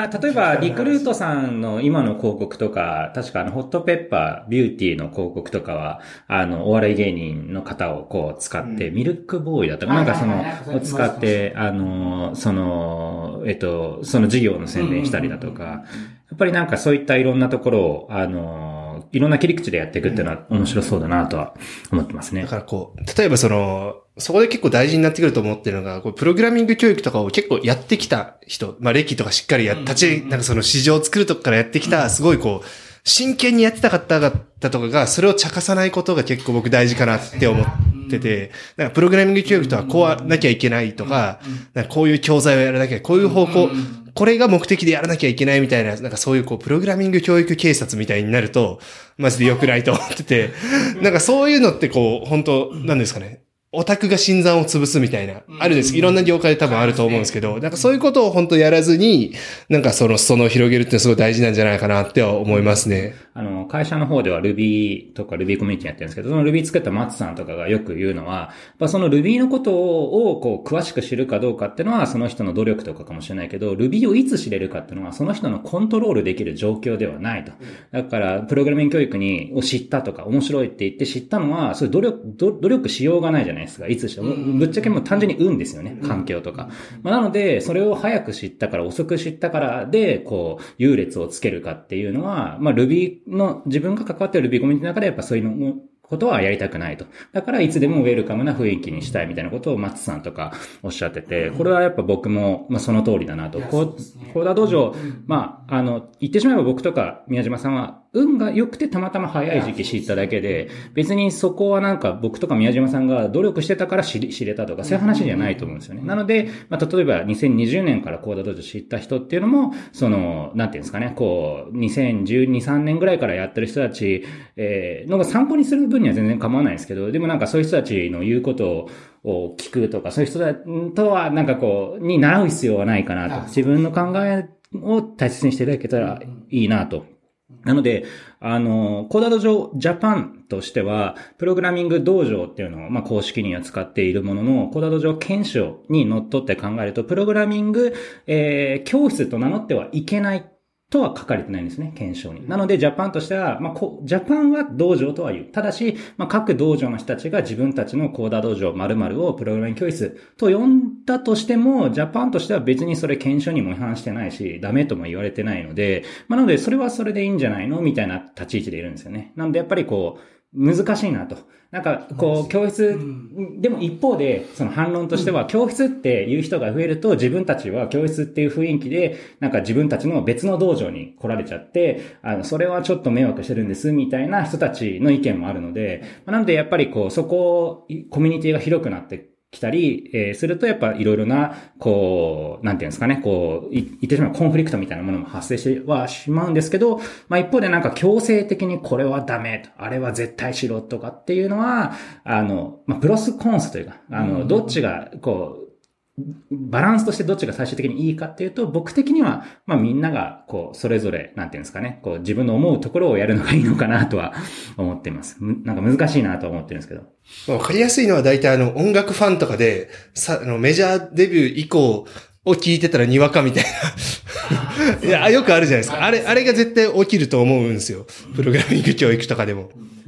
例えば、リクルートさんの今の広告とか、確かホットペッパー、ビューティーの広告とかは、お笑い芸人の方をこう使って、ミルクボーイだとか、なんかを使って、その事業の宣伝したりだとか、やっぱりなんかそういったいろんなところを、いろんな切り口でやっていくっていうのは面白そうだなとは思ってますね。 だから例えばそこで結構大事になってくると思ってるのが、プログラミング教育とかを結構やってきた人、歴とかしっかりなんか市場を作るとこからやってきた、すごい真剣にやってた方々とかが、それを茶化さないことが結構僕大事かなって思ってて、なんかプログラミング教育とはこうはなきゃいけないとか、なんかこういう教材をやらなきゃ、こういう方向、これが目的でやらなきゃいけないみたいな、なんかそういうプログラミング教育警察みたいになると、マジで良くないと思ってて、なんかそういうのって本当なんですかね。オタクが新参を潰すみたいな、あるです。いろんな業界で多分あると思うんですけど、なんかそういうことを本当やらずに、なんかその広げるってすごい大事なんじゃないかなっては思いますね。 会社の方では Ruby とか Ruby コミュニティやってるんですけど、その Ruby 作った松さんとかがよく言うのは、その Ruby のことを詳しく知るかどうかっていうのはその人の努力とかかもしれないけど、Ruby をいつ知れるかっていうのはその人のコントロールできる状況ではないと。だから、プログラミング教育を知ったとか、面白いって言って知ったのは、そういう努力しようがないじゃないですか。いつしても。ぶっちゃけもう単純に運ですよね。環境とか。なので、それを早く知ったから、遅く知ったからで、優劣をつけるかっていうのは、Ruby の自分が関わっている Ruby コミュニティの中でやっぱそういうのことはやりたくないと。だからいつでもウェルカムな雰囲気にしたいみたいなことを松さんとかおっしゃってて、これはやっぱ僕もその通りだなと。コーダー道場、言ってしまえば僕とか宮島さんは運が良くてたまたま早い時期知っただけで、別にそこはなんか僕とか宮島さんが努力してたから知れたとかそういう話じゃないと思うんですよね。なので、例えば2020年からコーダー道場知った人っていうのも、なんていうんですかね、2012、3年ぐらいからやってる人たち、のが参考にする分には全然構わないですけど、でもなんかそういう人たちの言うことを聞くとか、そういう人とはなんかに習う必要はないかなと。自分の考えを大切にしていただけたらいいなと。なので、コーダー道場ジャパンとしては、プログラミング道場っていうのを、公式には使っているものの、コーダー道場憲章にのっとって考えると、プログラミング、教室と名乗ってはいけないとは書かれてないんですね、憲章に。なので、ジャパンとしては、ジャパンは道場とは言う。ただし、各道場の人たちが自分たちのコーダー道場〇〇をプログラミング教室と呼んだとしても、ジャパンとしては別にそれ憲章にも違反してないし、ダメとも言われてないので、なので、それはそれでいいんじゃないのみたいな立ち位置でいるんですよね。なので、やっぱり難しいなと。なんか、教室、でも一方で、その反論としては、教室っていう人が増えると、自分たちは教室っていう雰囲気で、なんか自分たちの別の道場に来られちゃって、それはちょっと迷惑してるんです、みたいな人たちの意見もあるので、なのでやっぱりそこ、コミュニティが広くなって来たり、するとやっぱいろいろな、なんていうんですかね、言ってしまうコンフリクトみたいなものも発生してはしまうんですけど、一方でなんか強制的にこれはダメ、あれは絶対しろとかっていうのは、プロスコンスというか、どっちが、バランスとしてどっちが最終的にいいかっていうと、僕的には、みんなが、それぞれ、なんていうんですかね、自分の思うところをやるのがいいのかなとは思っています。なんか難しいなと思ってるんですけど。 わかりやすいのは大体音楽ファンとかで、メジャーデビュー以降を聞いてたらにわかみたいな。いや、よくあるじゃないですか。あれが絶対起きると思うんですよ。プログラミング教育とかでも。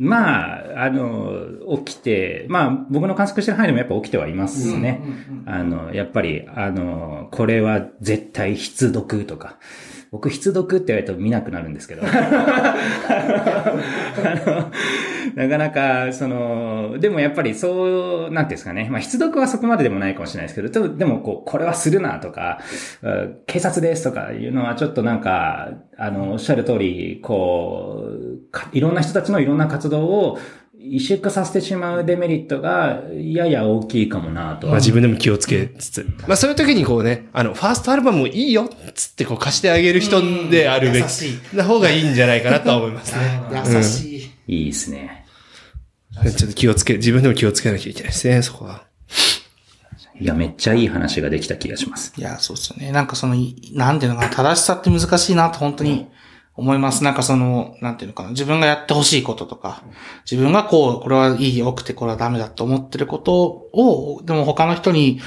起きて、僕の観測してる範囲でもやっぱ起きてはいますね。やっぱり、これは絶対必読とか。僕、必読って言われると見なくなるんですけど。なかなか、でもやっぱりそう、なんていうんですかね。必読はそこまででもないかもしれないですけど、でもこれはするなとか、警察ですとかいうのはちょっとなんか、おっしゃる通り、いろんな人たちのいろんな活動を萎縮させてしまうデメリットがやや大きいかもなと。 自分でも気をつけつつ。そういう時にファーストアルバムもいいよつって貸してあげる人であるべきな方がいいんじゃないかなとは思いますね。 優しい。 いいですね。 ちょっと自分でも気をつけなきゃいけないですね、そこは。 いや、めっちゃいい話ができた気がします。 いや、そうですよね。なんかなんていうのかな、正しさって難しいなと本当に思います。なんかなんていうのかな、自分がやってほしいこととか、自分がこれはいい、良くてこれはダメだと思ってることを、でも他の人に、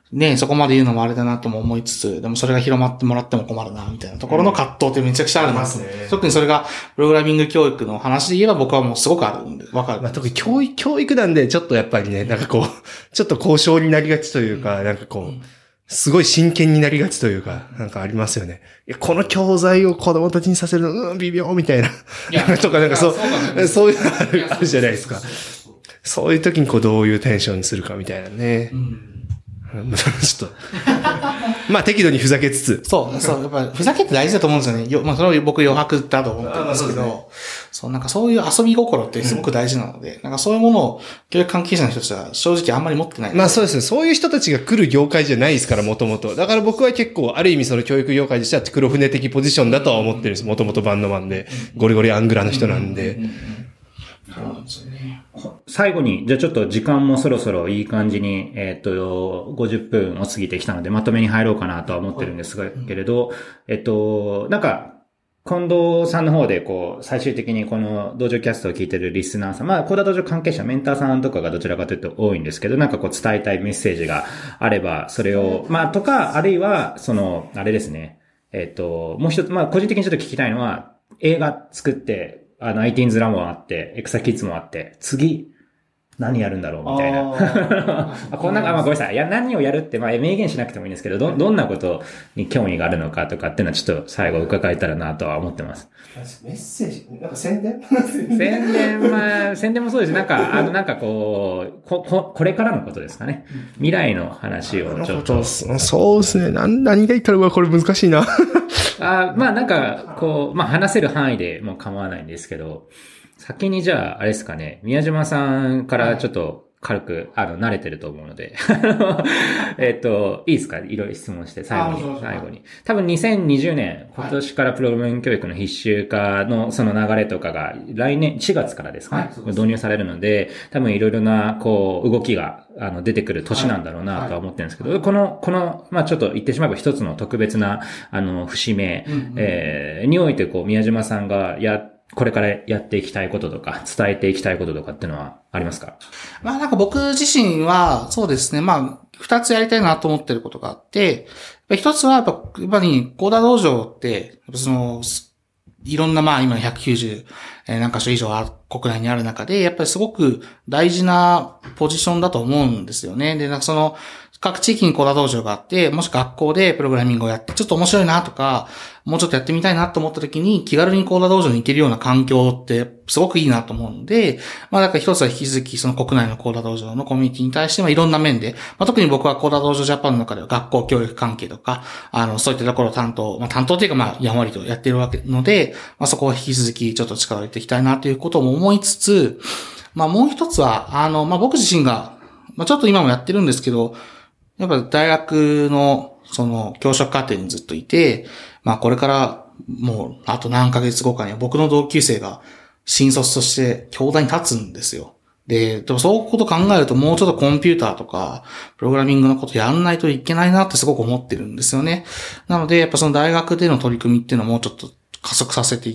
ね、そこまで言うのもあれだなとも思いつつ、でもそれが広まってもらっても困るな、みたいなところの葛藤ってめちゃくちゃあるなと、特にそれが、プログラミング教育の話で言えば僕はもうすごくあるんで、わかる。 まあ、特に教育なんで、ちょっとやっぱりね、なんかこう、ちょっと交渉になりがちというか、なんかこう、すごい真剣になりがちというか、なんかありますよね。いや、この教材を子供たちにさせるの、微妙みたいな。とか、なんかそういうのあるじゃないですか。そういう時にこう、どういうテンションにするかみたいなね。ちょっと。まあ適度にふざけつつ。 そう、やっぱりふざけって大事だと思うんですよね。まあそれを僕余白だと思ってるんですけど、なんかそういう遊び心ってすごく大事なので、なんかそういうものを教育関係者の人たちは正直あんまり持ってない。 まあそうですね。そういう人たちが来る業界じゃないですから、もともと。だから僕は結構、ある意味その教育業界としては黒船的ポジションだとは思ってるんです。もともとバンドマンで、ゴリゴリアングラの人なんで。 そうなんですよね。 最後に、じゃあちょっと時間もそろそろいい感じに、50分を過ぎてきたので、まとめに入ろうかなとは思ってるんですけれど、なんか、近藤さんの方で、こう、最終的にこの道場キャストを聞いてるリスナーさん、まあ、コーダ道場関係者、メンターさんとかがどちらかというと多いんですけど、なんかこう伝えたいメッセージがあれば、それを、まあ、とか、あるいは、あれですね、もう一つ、まあ、個人的にちょっと聞きたいのは、映画作って、ITINS ラもあって、エクサキッズもあって、次、何やるんだろうみたいな。こんな、まあごめんなさい。いや、何をやるって、まあ明言しなくてもいいんですけど、どんなことに興味があるのかとかっていうのはちょっと最後伺えたらなとは思ってます。 メッセージなんか宣伝宣伝もそうです。なんかこれからのことですかね。未来の話をちょっと。 そうですね。何がいいかこれ難しいな。 まあなんか、こう、まあ話せる範囲でも構わないんですけど、先にじゃあ、あれですかね、宮島さんからちょっと軽く、慣れてると思うので、いいですか？いろいろ質問して、最後に。多分2020年、今年からプログラミング教育の必修化のその流れとかが、来年4月からですかね、導入されるので、多分いろいろな、こう、動きが、出てくる年なんだろうなとは思ってるんですけど、この、まあちょっと言ってしまえば一つの特別な、節目、において、こう、宮島さんがこれからやっていきたいこととか、伝えていきたいこととかっていうのはありますか？ まあなんか僕自身は、そうですね、まあ、二つやりたいなと思ってることがあって、一つはやっぱり、コーダー道場って、いろんなまあ今190何箇所以上国内にある中で、やっぱりすごく大事なポジションだと思うんですよね。で、なんか各地域にコーダー道場があって、もし学校でプログラミングをやって、ちょっと面白いなとか、もうちょっとやってみたいなと思った時に、気軽にコーダー道場に行けるような環境って、すごくいいなと思うので、まあだから一つは引き続き、その国内のコーダー道場のコミュニティに対しては、いろんな面で、まあ特に僕はコーダー道場ジャパンの中では学校教育関係とか、そういったところを担当というかまあ、やんわりとやっているわけので、まあそこは引き続きちょっと力を入れていきたいなということも思いつつ、まあもう一つは、まあ僕自身が、まあちょっと今もやってるんですけど、やっぱ大学の、教職課程にずっといて、まあこれからもうあと何ヶ月後かには僕の同級生が新卒として教壇に立つんですよ。でもそういうこと考えるともうちょっとコンピューターとかプログラミングのことやんないといけないなってすごく思ってるんですよね。なのでやっぱ大学での取り組みっていうのをもうちょっと加速させていって、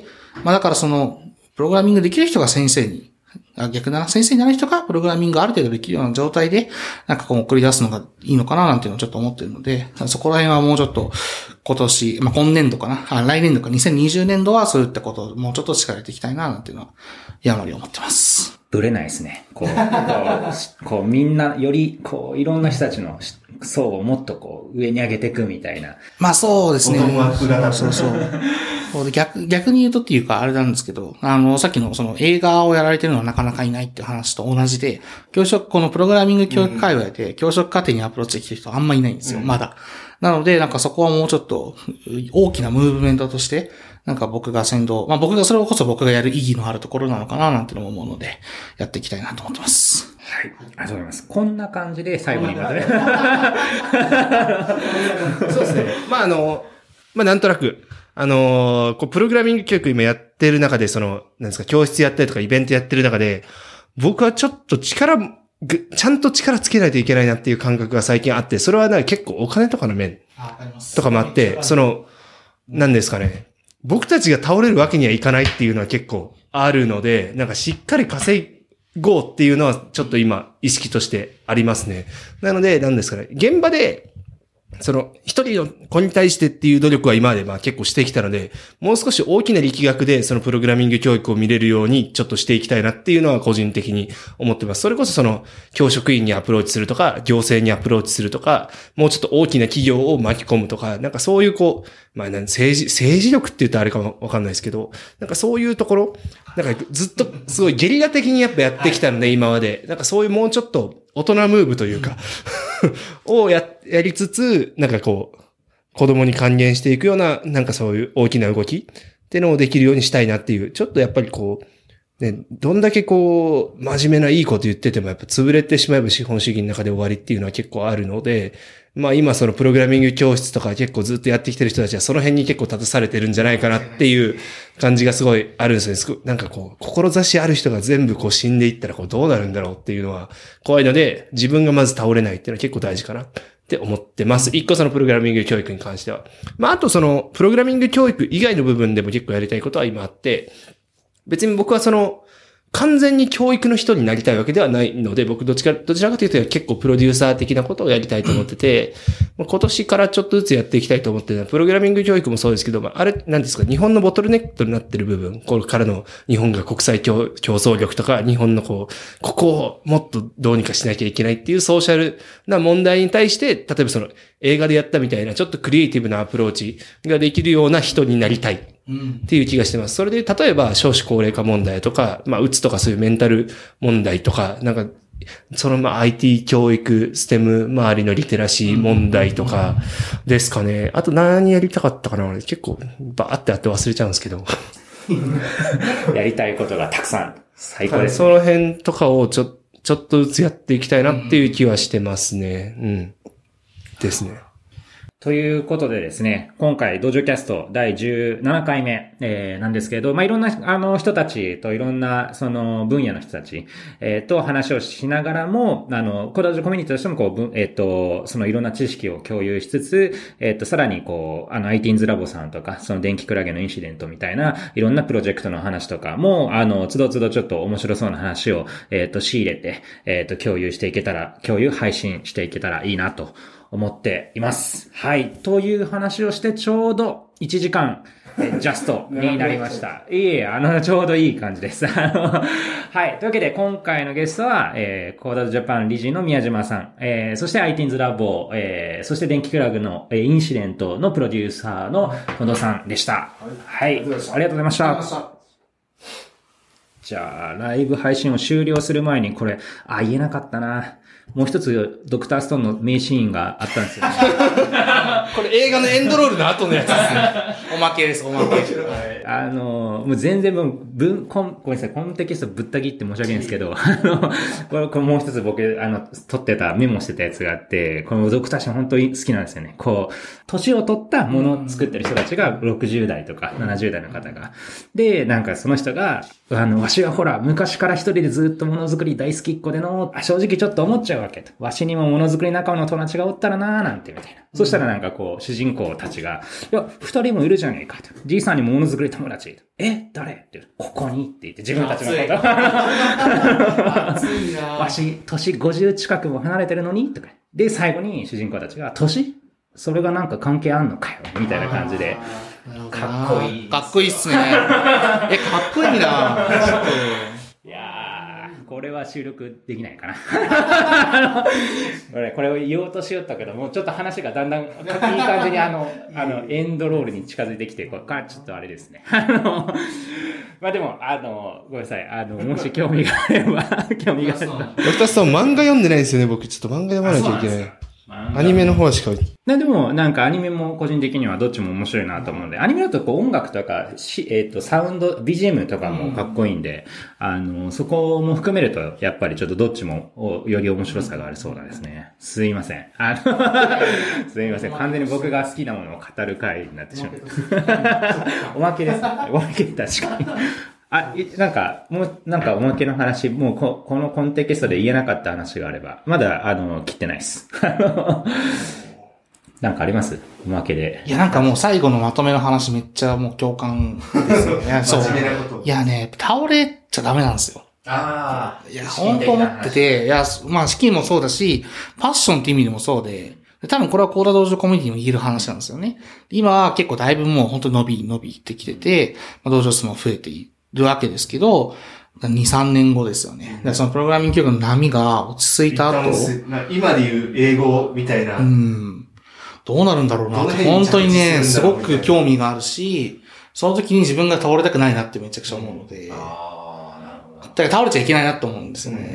まあだからプログラミングできる人が先生に、逆だな、先生になる人がプログラミングがある程度できるような状態で、なんかこう送り出すのがいいのかななんていうのをちょっと思ってるので、そこら辺はもうちょっと今年、まあ今年度かな、来年度か2020年度はそういったことをもうちょっと力入れていきたいななんていうのは、やまり思ってます。 ぶれないですね。こうみんなより、いろんな人たちの層をもっと上に上げていくみたいな。 まあそうですね。そうで逆に言うとっていうかあれなんですけど、さっきの映画をやられてるのはなかなかいないっていう話と同じで、このプログラミング教育界隈で教職課程にアプローチできてる人あんまいないんですよ、まだ。なので、なんかそこはもうちょっと大きなムーブメントとして、なんか僕がそれこそ僕がやる意義のあるところなのかななんてのも思うので、やっていきたいなと思ってます。 はい。ありがとうございます。こんな感じで最後にまとめ。 そうですね。まあなんとなく、プログラミング教育今やってる中で、なんですか、教室やったりとかイベントやってる中で、僕はちょっとちゃんと力つけないといけないなっていう感覚が最近あって、それは結構お金とかの面とかもあって、なんですかね、僕たちが倒れるわけにはいかないっていうのは結構あるので、なんかしっかり稼 GO っていうのはちょっと今意識としてありますね。なので、何ですかね。現場で、一人の子に対してっていう努力は今まで結構してきたので、もう少し大きな力学でプログラミング教育を見れるようにちょっとしていきたいなっていうのは個人的に思ってます。それこそ教職員にアプローチするとか、行政にアプローチするとか、もうちょっと大きな企業を巻き込むとか、なんかそういう政治力って言うとあれかもわかんないですけど、なんかそういうところ、なんかずっとすごいゲリラ的にやっぱやってきたので、今まで。なんかそういうもうちょっと大人ムーブというか、をやりつつ、なんか子供に還元していくような、なんかそういう大きな動きっていうのをできるようにしたいなっていう、ちょっとやっぱりね、どんだけ真面目ないいこと言っててもやっぱ潰れてしまえば資本主義の中で終わりっていうのは結構あるので、今プログラミング教室とか結構ずっとやってきてる人たちはその辺に結構立たされてるんじゃないかなっていう感じがすごいあるんですね。なんか志ある人が全部死んでいったらどうなるんだろうっていうのは怖いので、自分がまず倒れないっていうのは結構大事かなって思ってます。一個プログラミング教育に関しては。あとプログラミング教育以外の部分でも結構やりたいことは今あって、別に僕は完全に教育の人になりたいわけではないので、僕どちらかというと結構プロデューサー的なことをやりたいと思ってて、今年からちょっとずつやっていきたいと思ってるのは、プログラミング教育もそうですけど、あれ、何ですか、日本のボトルネックになってる部分、これからの日本が国際競争力とか、日本のここをもっとどうにかしなきゃいけないっていうソーシャルな問題に対して、例えば映画でやったみたいなちょっとクリエイティブなアプローチができるような人になりたいっていう気がしてます。それで例えば少子高齢化問題とか、うつとかそういうメンタル問題とか、なんかIT 教育、ステム周りのリテラシー問題とかですかね。あと何やりたかったかな、俺結構バーってあって忘れちゃうんですけど。 やりたいことがたくさん。最高です、ね。 その辺とかをちょっとずつやっていきたいなっていう気はしてますね。ですね。 ということでですね、今回道場キャスト第17回目、なんですけれど、いろんな人たちといろんな分野の人たち、と話をしながらも、道場コミュニティとしてもいろんな知識を共有しつつ、さらにITINS ラボさんとか、電気クラゲのインシデントみたいないろんなプロジェクトの話とかも、つどつどちょっと面白そうな話を、仕入れて、共有配信していけたらいいなと思っています。はい。という話をしてちょうど1時間、ジャストになりました。ちょうどいい感じです。はい。というわけで今回のゲストは、コーダーズジャパン理事の宮島さん、そして ITINS ラボ、そして電気クラグのインシデントのプロデューサーの近藤さんでした。はい。ありがとうございました。じゃあ、ライブ配信を終了する前にこれ、言えなかったな。もう一つ、ドクターストーンの名シーンがあったんですよね。 これ映画のエンドロールの後のやつですね。 おまけです、おまけ。 もう全然ごめんなさい、コンテキストぶった切って申し訳ないんですけど、これもう一つ僕、撮ってた、メモしてたやつがあって、このドクターシーン本当に好きなんですよね。年を取ったものを作ってる人たちが60代とか70代の方が。で、なんかその人が、わしはほら、昔から一人でずっとものづくり大好きっ子での、正直ちょっと思っちゃうわけと。わしにもものづくり仲間の友達がおったらなーなんてみたいな。そしたらなんか主人公たちが、いや、二人もいるじゃねえかと。じいさんにもものづくり友達。誰って。ここにって言って自分たちのこと。熱いなわし、年50近くも離れてるのにとか。で、最後に主人公たちが、年それがなんか関係あんのかよみたいな感じで。かっこいい。 かっこいいっすね。かっこいいないやー、これは収録できないかな。これを言おうとしよったけど、もうちょっと話がだんだんいい感じにエンドロールに近づいてきて、これからちょっとあれですね。でも、ごめんなさい。もし興味があれば、興味があれば。 ドクターストーン漫画読んでないんですよね、僕。ちょっと漫画読まなきゃいけない。アニメの方しか。 でも、なんかアニメも個人的にはどっちも面白いなと思うので、アニメだと音楽とか、サウンド、BGM とかもかっこいいんで、そこも含めると、やっぱりちょっとどっちもより面白さがありそうなんですね。すいません。すいません。完全に僕が好きなものを語る回になってしまう。おまけです。おまけ、確かに。なんかおまけの話、もうこのコンテキストで言えなかった話があれば、まだ、切ってないです。なんかあります？おまけで。 いや、なんかもう最後のまとめの話めっちゃもう共感ですよね。そう。いやね、倒れちゃダメなんですよ。 いや、本当思ってて、いや、まあ、資金もそうだし、ファッションって意味でもそうで、多分これはコーダ道場コミュニティにも言える話なんですよね。今は結構だいぶもう本当に伸びてきてて、まあ、道場数も増えているわけですけど、2、3年後ですよね。だからそのプログラミング教育の波が落ち着いた後。 今で言う英語みたいな。 どうなるんだろうなって。本当にね、すごく興味があるし、その時に自分が倒れたくないなってめちゃくちゃ思うので。だから倒れちゃいけないなと思うんですよね。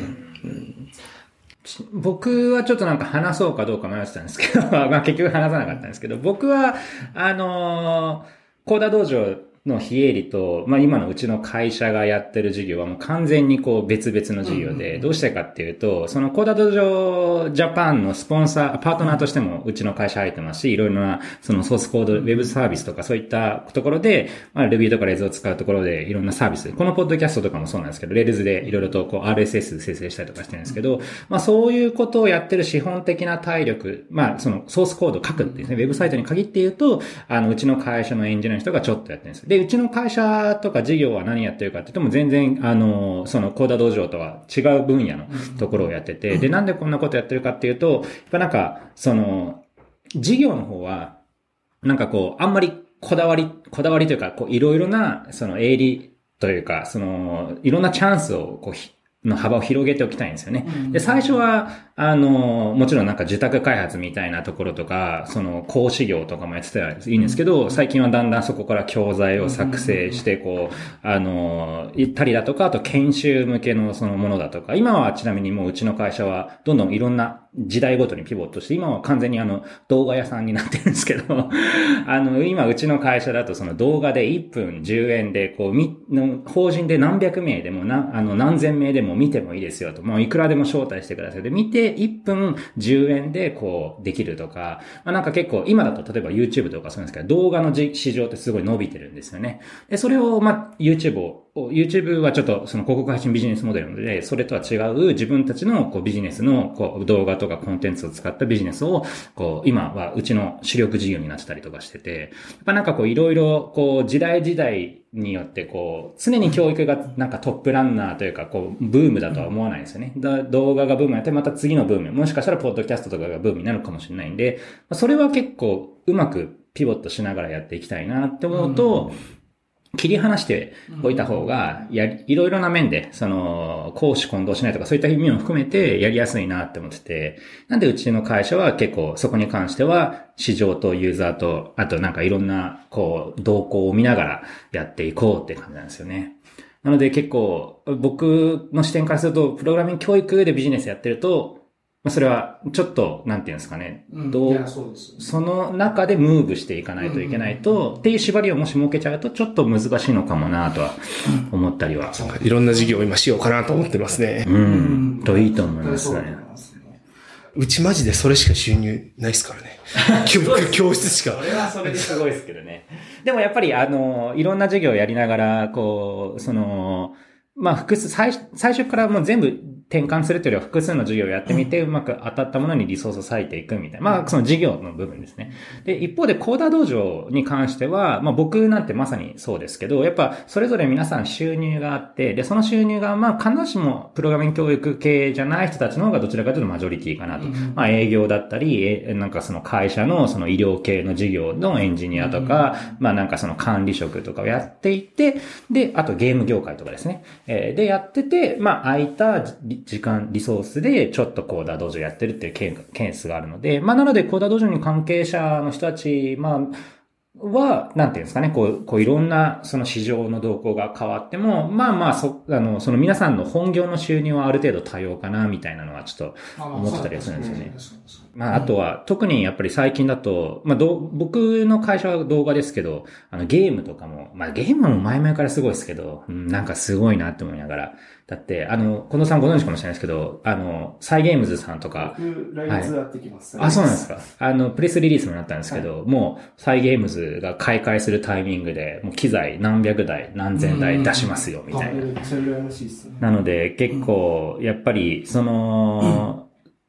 僕はちょっとなんか話そうかどうか迷ってたんですけど、まあ結局話さなかったんですけど、僕は、コーダ道場の非営利と、まあ今のうちの会社がやってる事業はもう完全にこう別々の事業で、どうしてかっていうと、そのコーダ道場ジャパンのスポンサー、パートナーとしてもうちの会社入ってますし、いろいろなそのソースコード、ウェブサービスとかそういったところで、まあ Ruby とか Rails を使うところでいろんなサービス、このポッドキャストとかもそうなんですけど、Rails でいろいろとこう RSS 生成したりとかしてるんですけど、まあそういうことをやってる資本的な体力、まあそのソースコードを書くっていうね、ウェブサイトに限って言うと、うちの会社のエンジニアの人がちょっとやってるんです。で、うちの会社とか事業は何やってるかって言っても全然、そのコーダ道場とは違う分野のところをやってて、で、なんでこんなことやってるかっていうと、やっぱなんか、その、事業の方は、なんかこう、あんまりこだわりというか、こう、いろいろな、その営利というか、その、いろんなチャンスをこう、の幅を広げておきたいんですよね。で、最初は、もちろんなんか受託開発みたいなところとか、その講師業とかもやってたらいいんですけど、最近はだんだんそこから教材を作成して、こう、行ったりだとか、あと研修向けのそのものだとか、今はちなみにもううちの会社はどんどんいろんな時代ごとにピボットして、今は完全に動画屋さんになってるんですけど、今うちの会社だとその動画で1分10円で、こう、法人で何百名でも何千名でも見てもいいですよと、もういくらでも招待してください。で、見て1分10円でこうできるとか、まあ、なんか結構今だと例えば YouTube とかそうなんですけど、動画の市場ってすごい伸びてるんですよね。で、それをまあ YouTube はちょっとその広告配信ビジネスモデルなので、それとは違う自分たちのこうビジネスのこう動画とかコンテンツを使ったビジネスをこう今はうちの主力事業になってたりとかしてて、やっぱなんかこういろいろこう時代によってこう常に教育がなんかトップランナーというかこうブームだとは思わないんですよね。動画がブームやってまた次のブーム、もしかしたらポッドキャストとかがブームになるかもしれないんで、それは結構うまくピボットしながらやっていきたいなって思うと、切り離しておいた方が、いろいろな面で、その、公私混同しないとかそういった意味も含めてやりやすいなって思ってて、なんでうちの会社は結構そこに関しては、市場とユーザーと、あとなんかいろんな、こう、動向を見ながらやっていこうって感じなんですよね。なので結構、僕の視点からすると、プログラミング教育でビジネスやってると、それは、ちょっと、なんていうんですかね。その中でムーブしていかないといけないと、っていう縛りをもし設けちゃうと、ちょっと難しいのかもなとは思ったりは。 いろんな事業を今しようかなと思ってますね。 といいと思いますね。 うちマジでそれしか収入ないですからね。教室しか。 それはそれですごいですけどね。でもやっぱり、いろんな授業をやりながら、こう、まあ、最初からもう全部転換するというよりは複数の授業をやってみて、うまく当たったものにリソースを割いていくみたいな。まあ、その授業の部分ですね。で、一方でコーダ道場に関しては、まあ僕なんてまさにそうですけど、やっぱそれぞれ皆さん収入があって、で、その収入がまあ必ずしもプログラミング教育系じゃない人たちの方がどちらかというとマジョリティかなと。まあ営業だったり、なんかその会社のその医療系の事業のエンジニアとか、まあなんかその管理職とかをやっていて、で、あとゲーム業界とかですね。で、やってて、まあ空いた時間、リソースでちょっとコーダ道場やってるっていうケースがあるので、まあなのでコーダ道場に関係者の人たち、まあ、は、なんていうんですかね、こういろんなその市場の動向が変わっても、まあまあその皆さんの本業の収入はある程度多様かな、みたいなのはちょっと思ってたりするんですよね。まああとは、特にやっぱり最近だと、まあ僕の会社は動画ですけど、ゲームとかも、まあゲームも前々からすごいですけど、なんかすごいなって思いながら、だって、近藤さんご存知かもしれないですけど、サイゲームズさんとか。 僕、来月やってきます、 あ、そうなんですか。プレスリリースもなったんですけど、もう、サイゲームズが開会するタイミングで、もう機材何百台、何千台出しますよ、みたいな。なので、結構、やっぱり、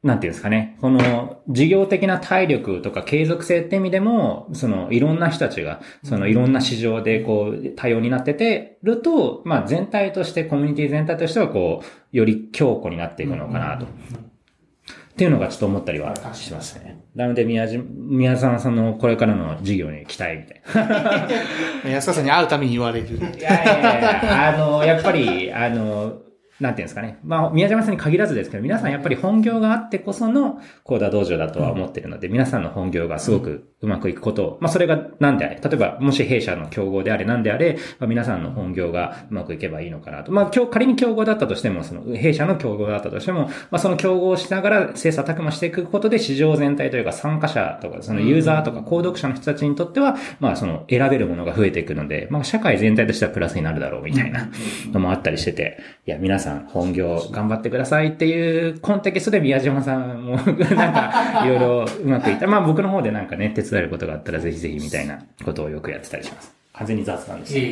なんていうんですかね、この事業的な体力とか継続性って意味でも、いろんな人たちが、いろんな市場で多様になっててると、まあ全体として、コミュニティ全体としてはより強固になっていくのかなと。っていうのがちょっと思ったりはしますね。なので、宮沢さんのこれからの事業に期待みたいな。 安川さんに会うために言われる。 いや、やっぱり、なんていうんですかね。まあ、宮島さんに限らずですけど、皆さんやっぱり本業があってこそのコーダ道場だとは思ってるので、皆さんの本業がすごくうまくいくことを、まあ、それが何であれ、例えば、もし弊社の競合であれ何であれ、まあ、皆さんの本業がうまくいけばいいのかなと。まあ、仮に競合だったとしても、弊社の競合だったとしても、まあ、その競合をしながら切磋琢磨していくことで、市場全体というか参加者とか、ユーザーとか購読者の人たちにとっては、まあ、選べるものが増えていくので、まあ、社会全体としてはプラスになるだろうみたいなのもあったりしてて、いや、皆さん本業頑張ってくださいっていうコンテキストで宮島さんもなんかいろいろうまくいった。まあ僕の方でなんかね、手伝えることがあったらぜひぜひみたいなことをよくやってたりします。完全に雑なんですよ。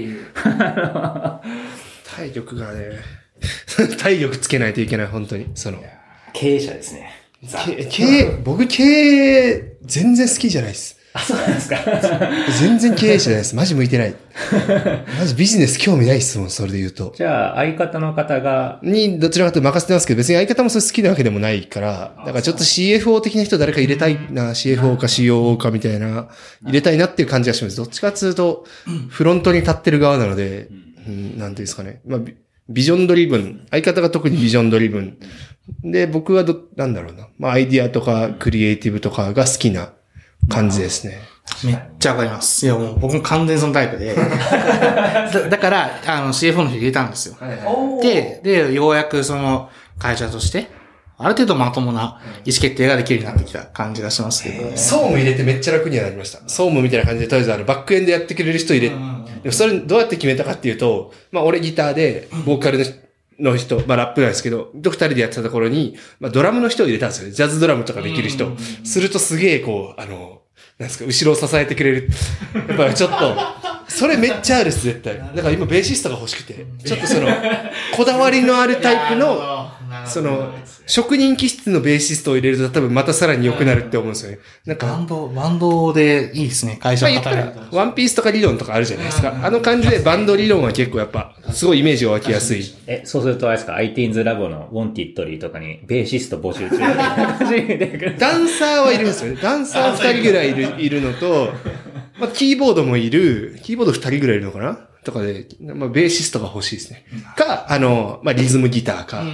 体力がね、体力つけないといけない、本当に。 経営者ですね。 僕経営全然好きじゃないです。 あ、そうなんですか。 全然経営者じゃないです。マジ向いてない。マジビジネス興味ないっすもん、それで言うと。 じゃあ、相方の方が。 どちらかというと任せてますけど、別に相方もそれ好きなわけでもないから、だからちょっと CFO 的な人誰か入れたいな、CFO か COO かみたいな、入れたいなっていう感じがします。どっちかというと、フロントに立ってる側なので、なんていうんですかね。まあ、ビジョンドリブン。相方が特にビジョンドリブン。で、僕はなんだろうな。まあ、アイディアとかクリエイティブとかが好きな感じですね。 めっちゃわかります。いや、もう僕も完全にそのタイプで。だから、CFO の人入れたんですよ。で、ようやく会社として、ある程度まともな意思決定ができるようになってきた感じがしますけど。 総務入れてめっちゃ楽にはなりました。総務みたいな感じで、とりあえずバックエンドやってくれる人入れ、でもそれどうやって決めたかっていうと、まあ俺ギターで、ボーカルの人、まあラップなんですけど、二人でやってたところに、まあドラムの人を入れたんですよね。ジャズドラムとかできる人。するとすげえなんですか、後ろを支えてくれる。やっぱりちょっと、それめっちゃあるっす、絶対。だから今ベーシストが欲しくて、ちょっとこだわりのあるタイプの、職人気質のベーシストを入れると多分またさらに良くなるって思うんですよね。なんか。 バンドでいいですね、会社の方で。ワンピースとか理論とかあるじゃないですか。あの感じでバンド理論は結構やっぱ、すごいイメージが湧きやすい。 そうするとあれですか、IT's ラボのウォンティッドリーとかにベーシスト募集中みたいな感じで出てくる。 ダンサーはいるんですよね。ダンサー2人ぐらいいるのと、まあ、キーボードもいる、キーボード2人ぐらいいるのかなとかで、まあ、ベーシストが欲しいですね。か、まあ、リズムギターか。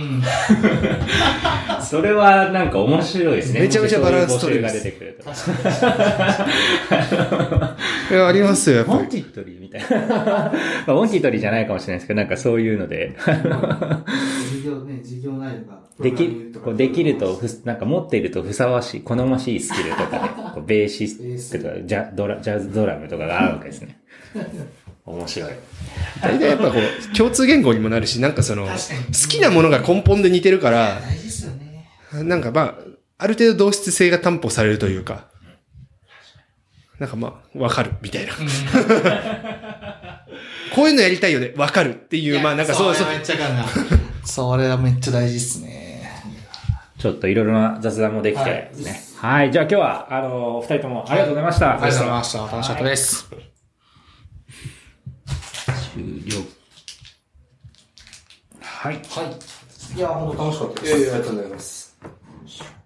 それはなんか面白いですね。 めちゃめちゃバランス取れる。 募集が出てくると。 いや、ありますよ、やっぱり。 ウォンティッドリーみたいな。まあ、ウォンティッドリーじゃないかもしれないですけど、なんかそういうので。 事業内容が。 できると、なんか持っているとふさわしい、好ましいスキルとかで、ベーシストとか、ジャズドラムとかがあるわけですね。面白い。 大体やっぱ共通言語にもなるし、なんか好きなものが根本で似てるから、なんかまあ、ある程度同質性が担保されるというか、なんかまあ、わかる、みたいな。こういうのやりたいよね、わかるっていう、まあなんかそう。 それめっちゃそれはめっちゃ大事ですね。 ちょっといろいろな雑談もできてですね。はい。じゃあ今日は、お二人ともありがとうございました。 ありがとうございました。楽しかったです。 終了。はい。 はい。いや、本当楽しかったです。 ありがとうございます。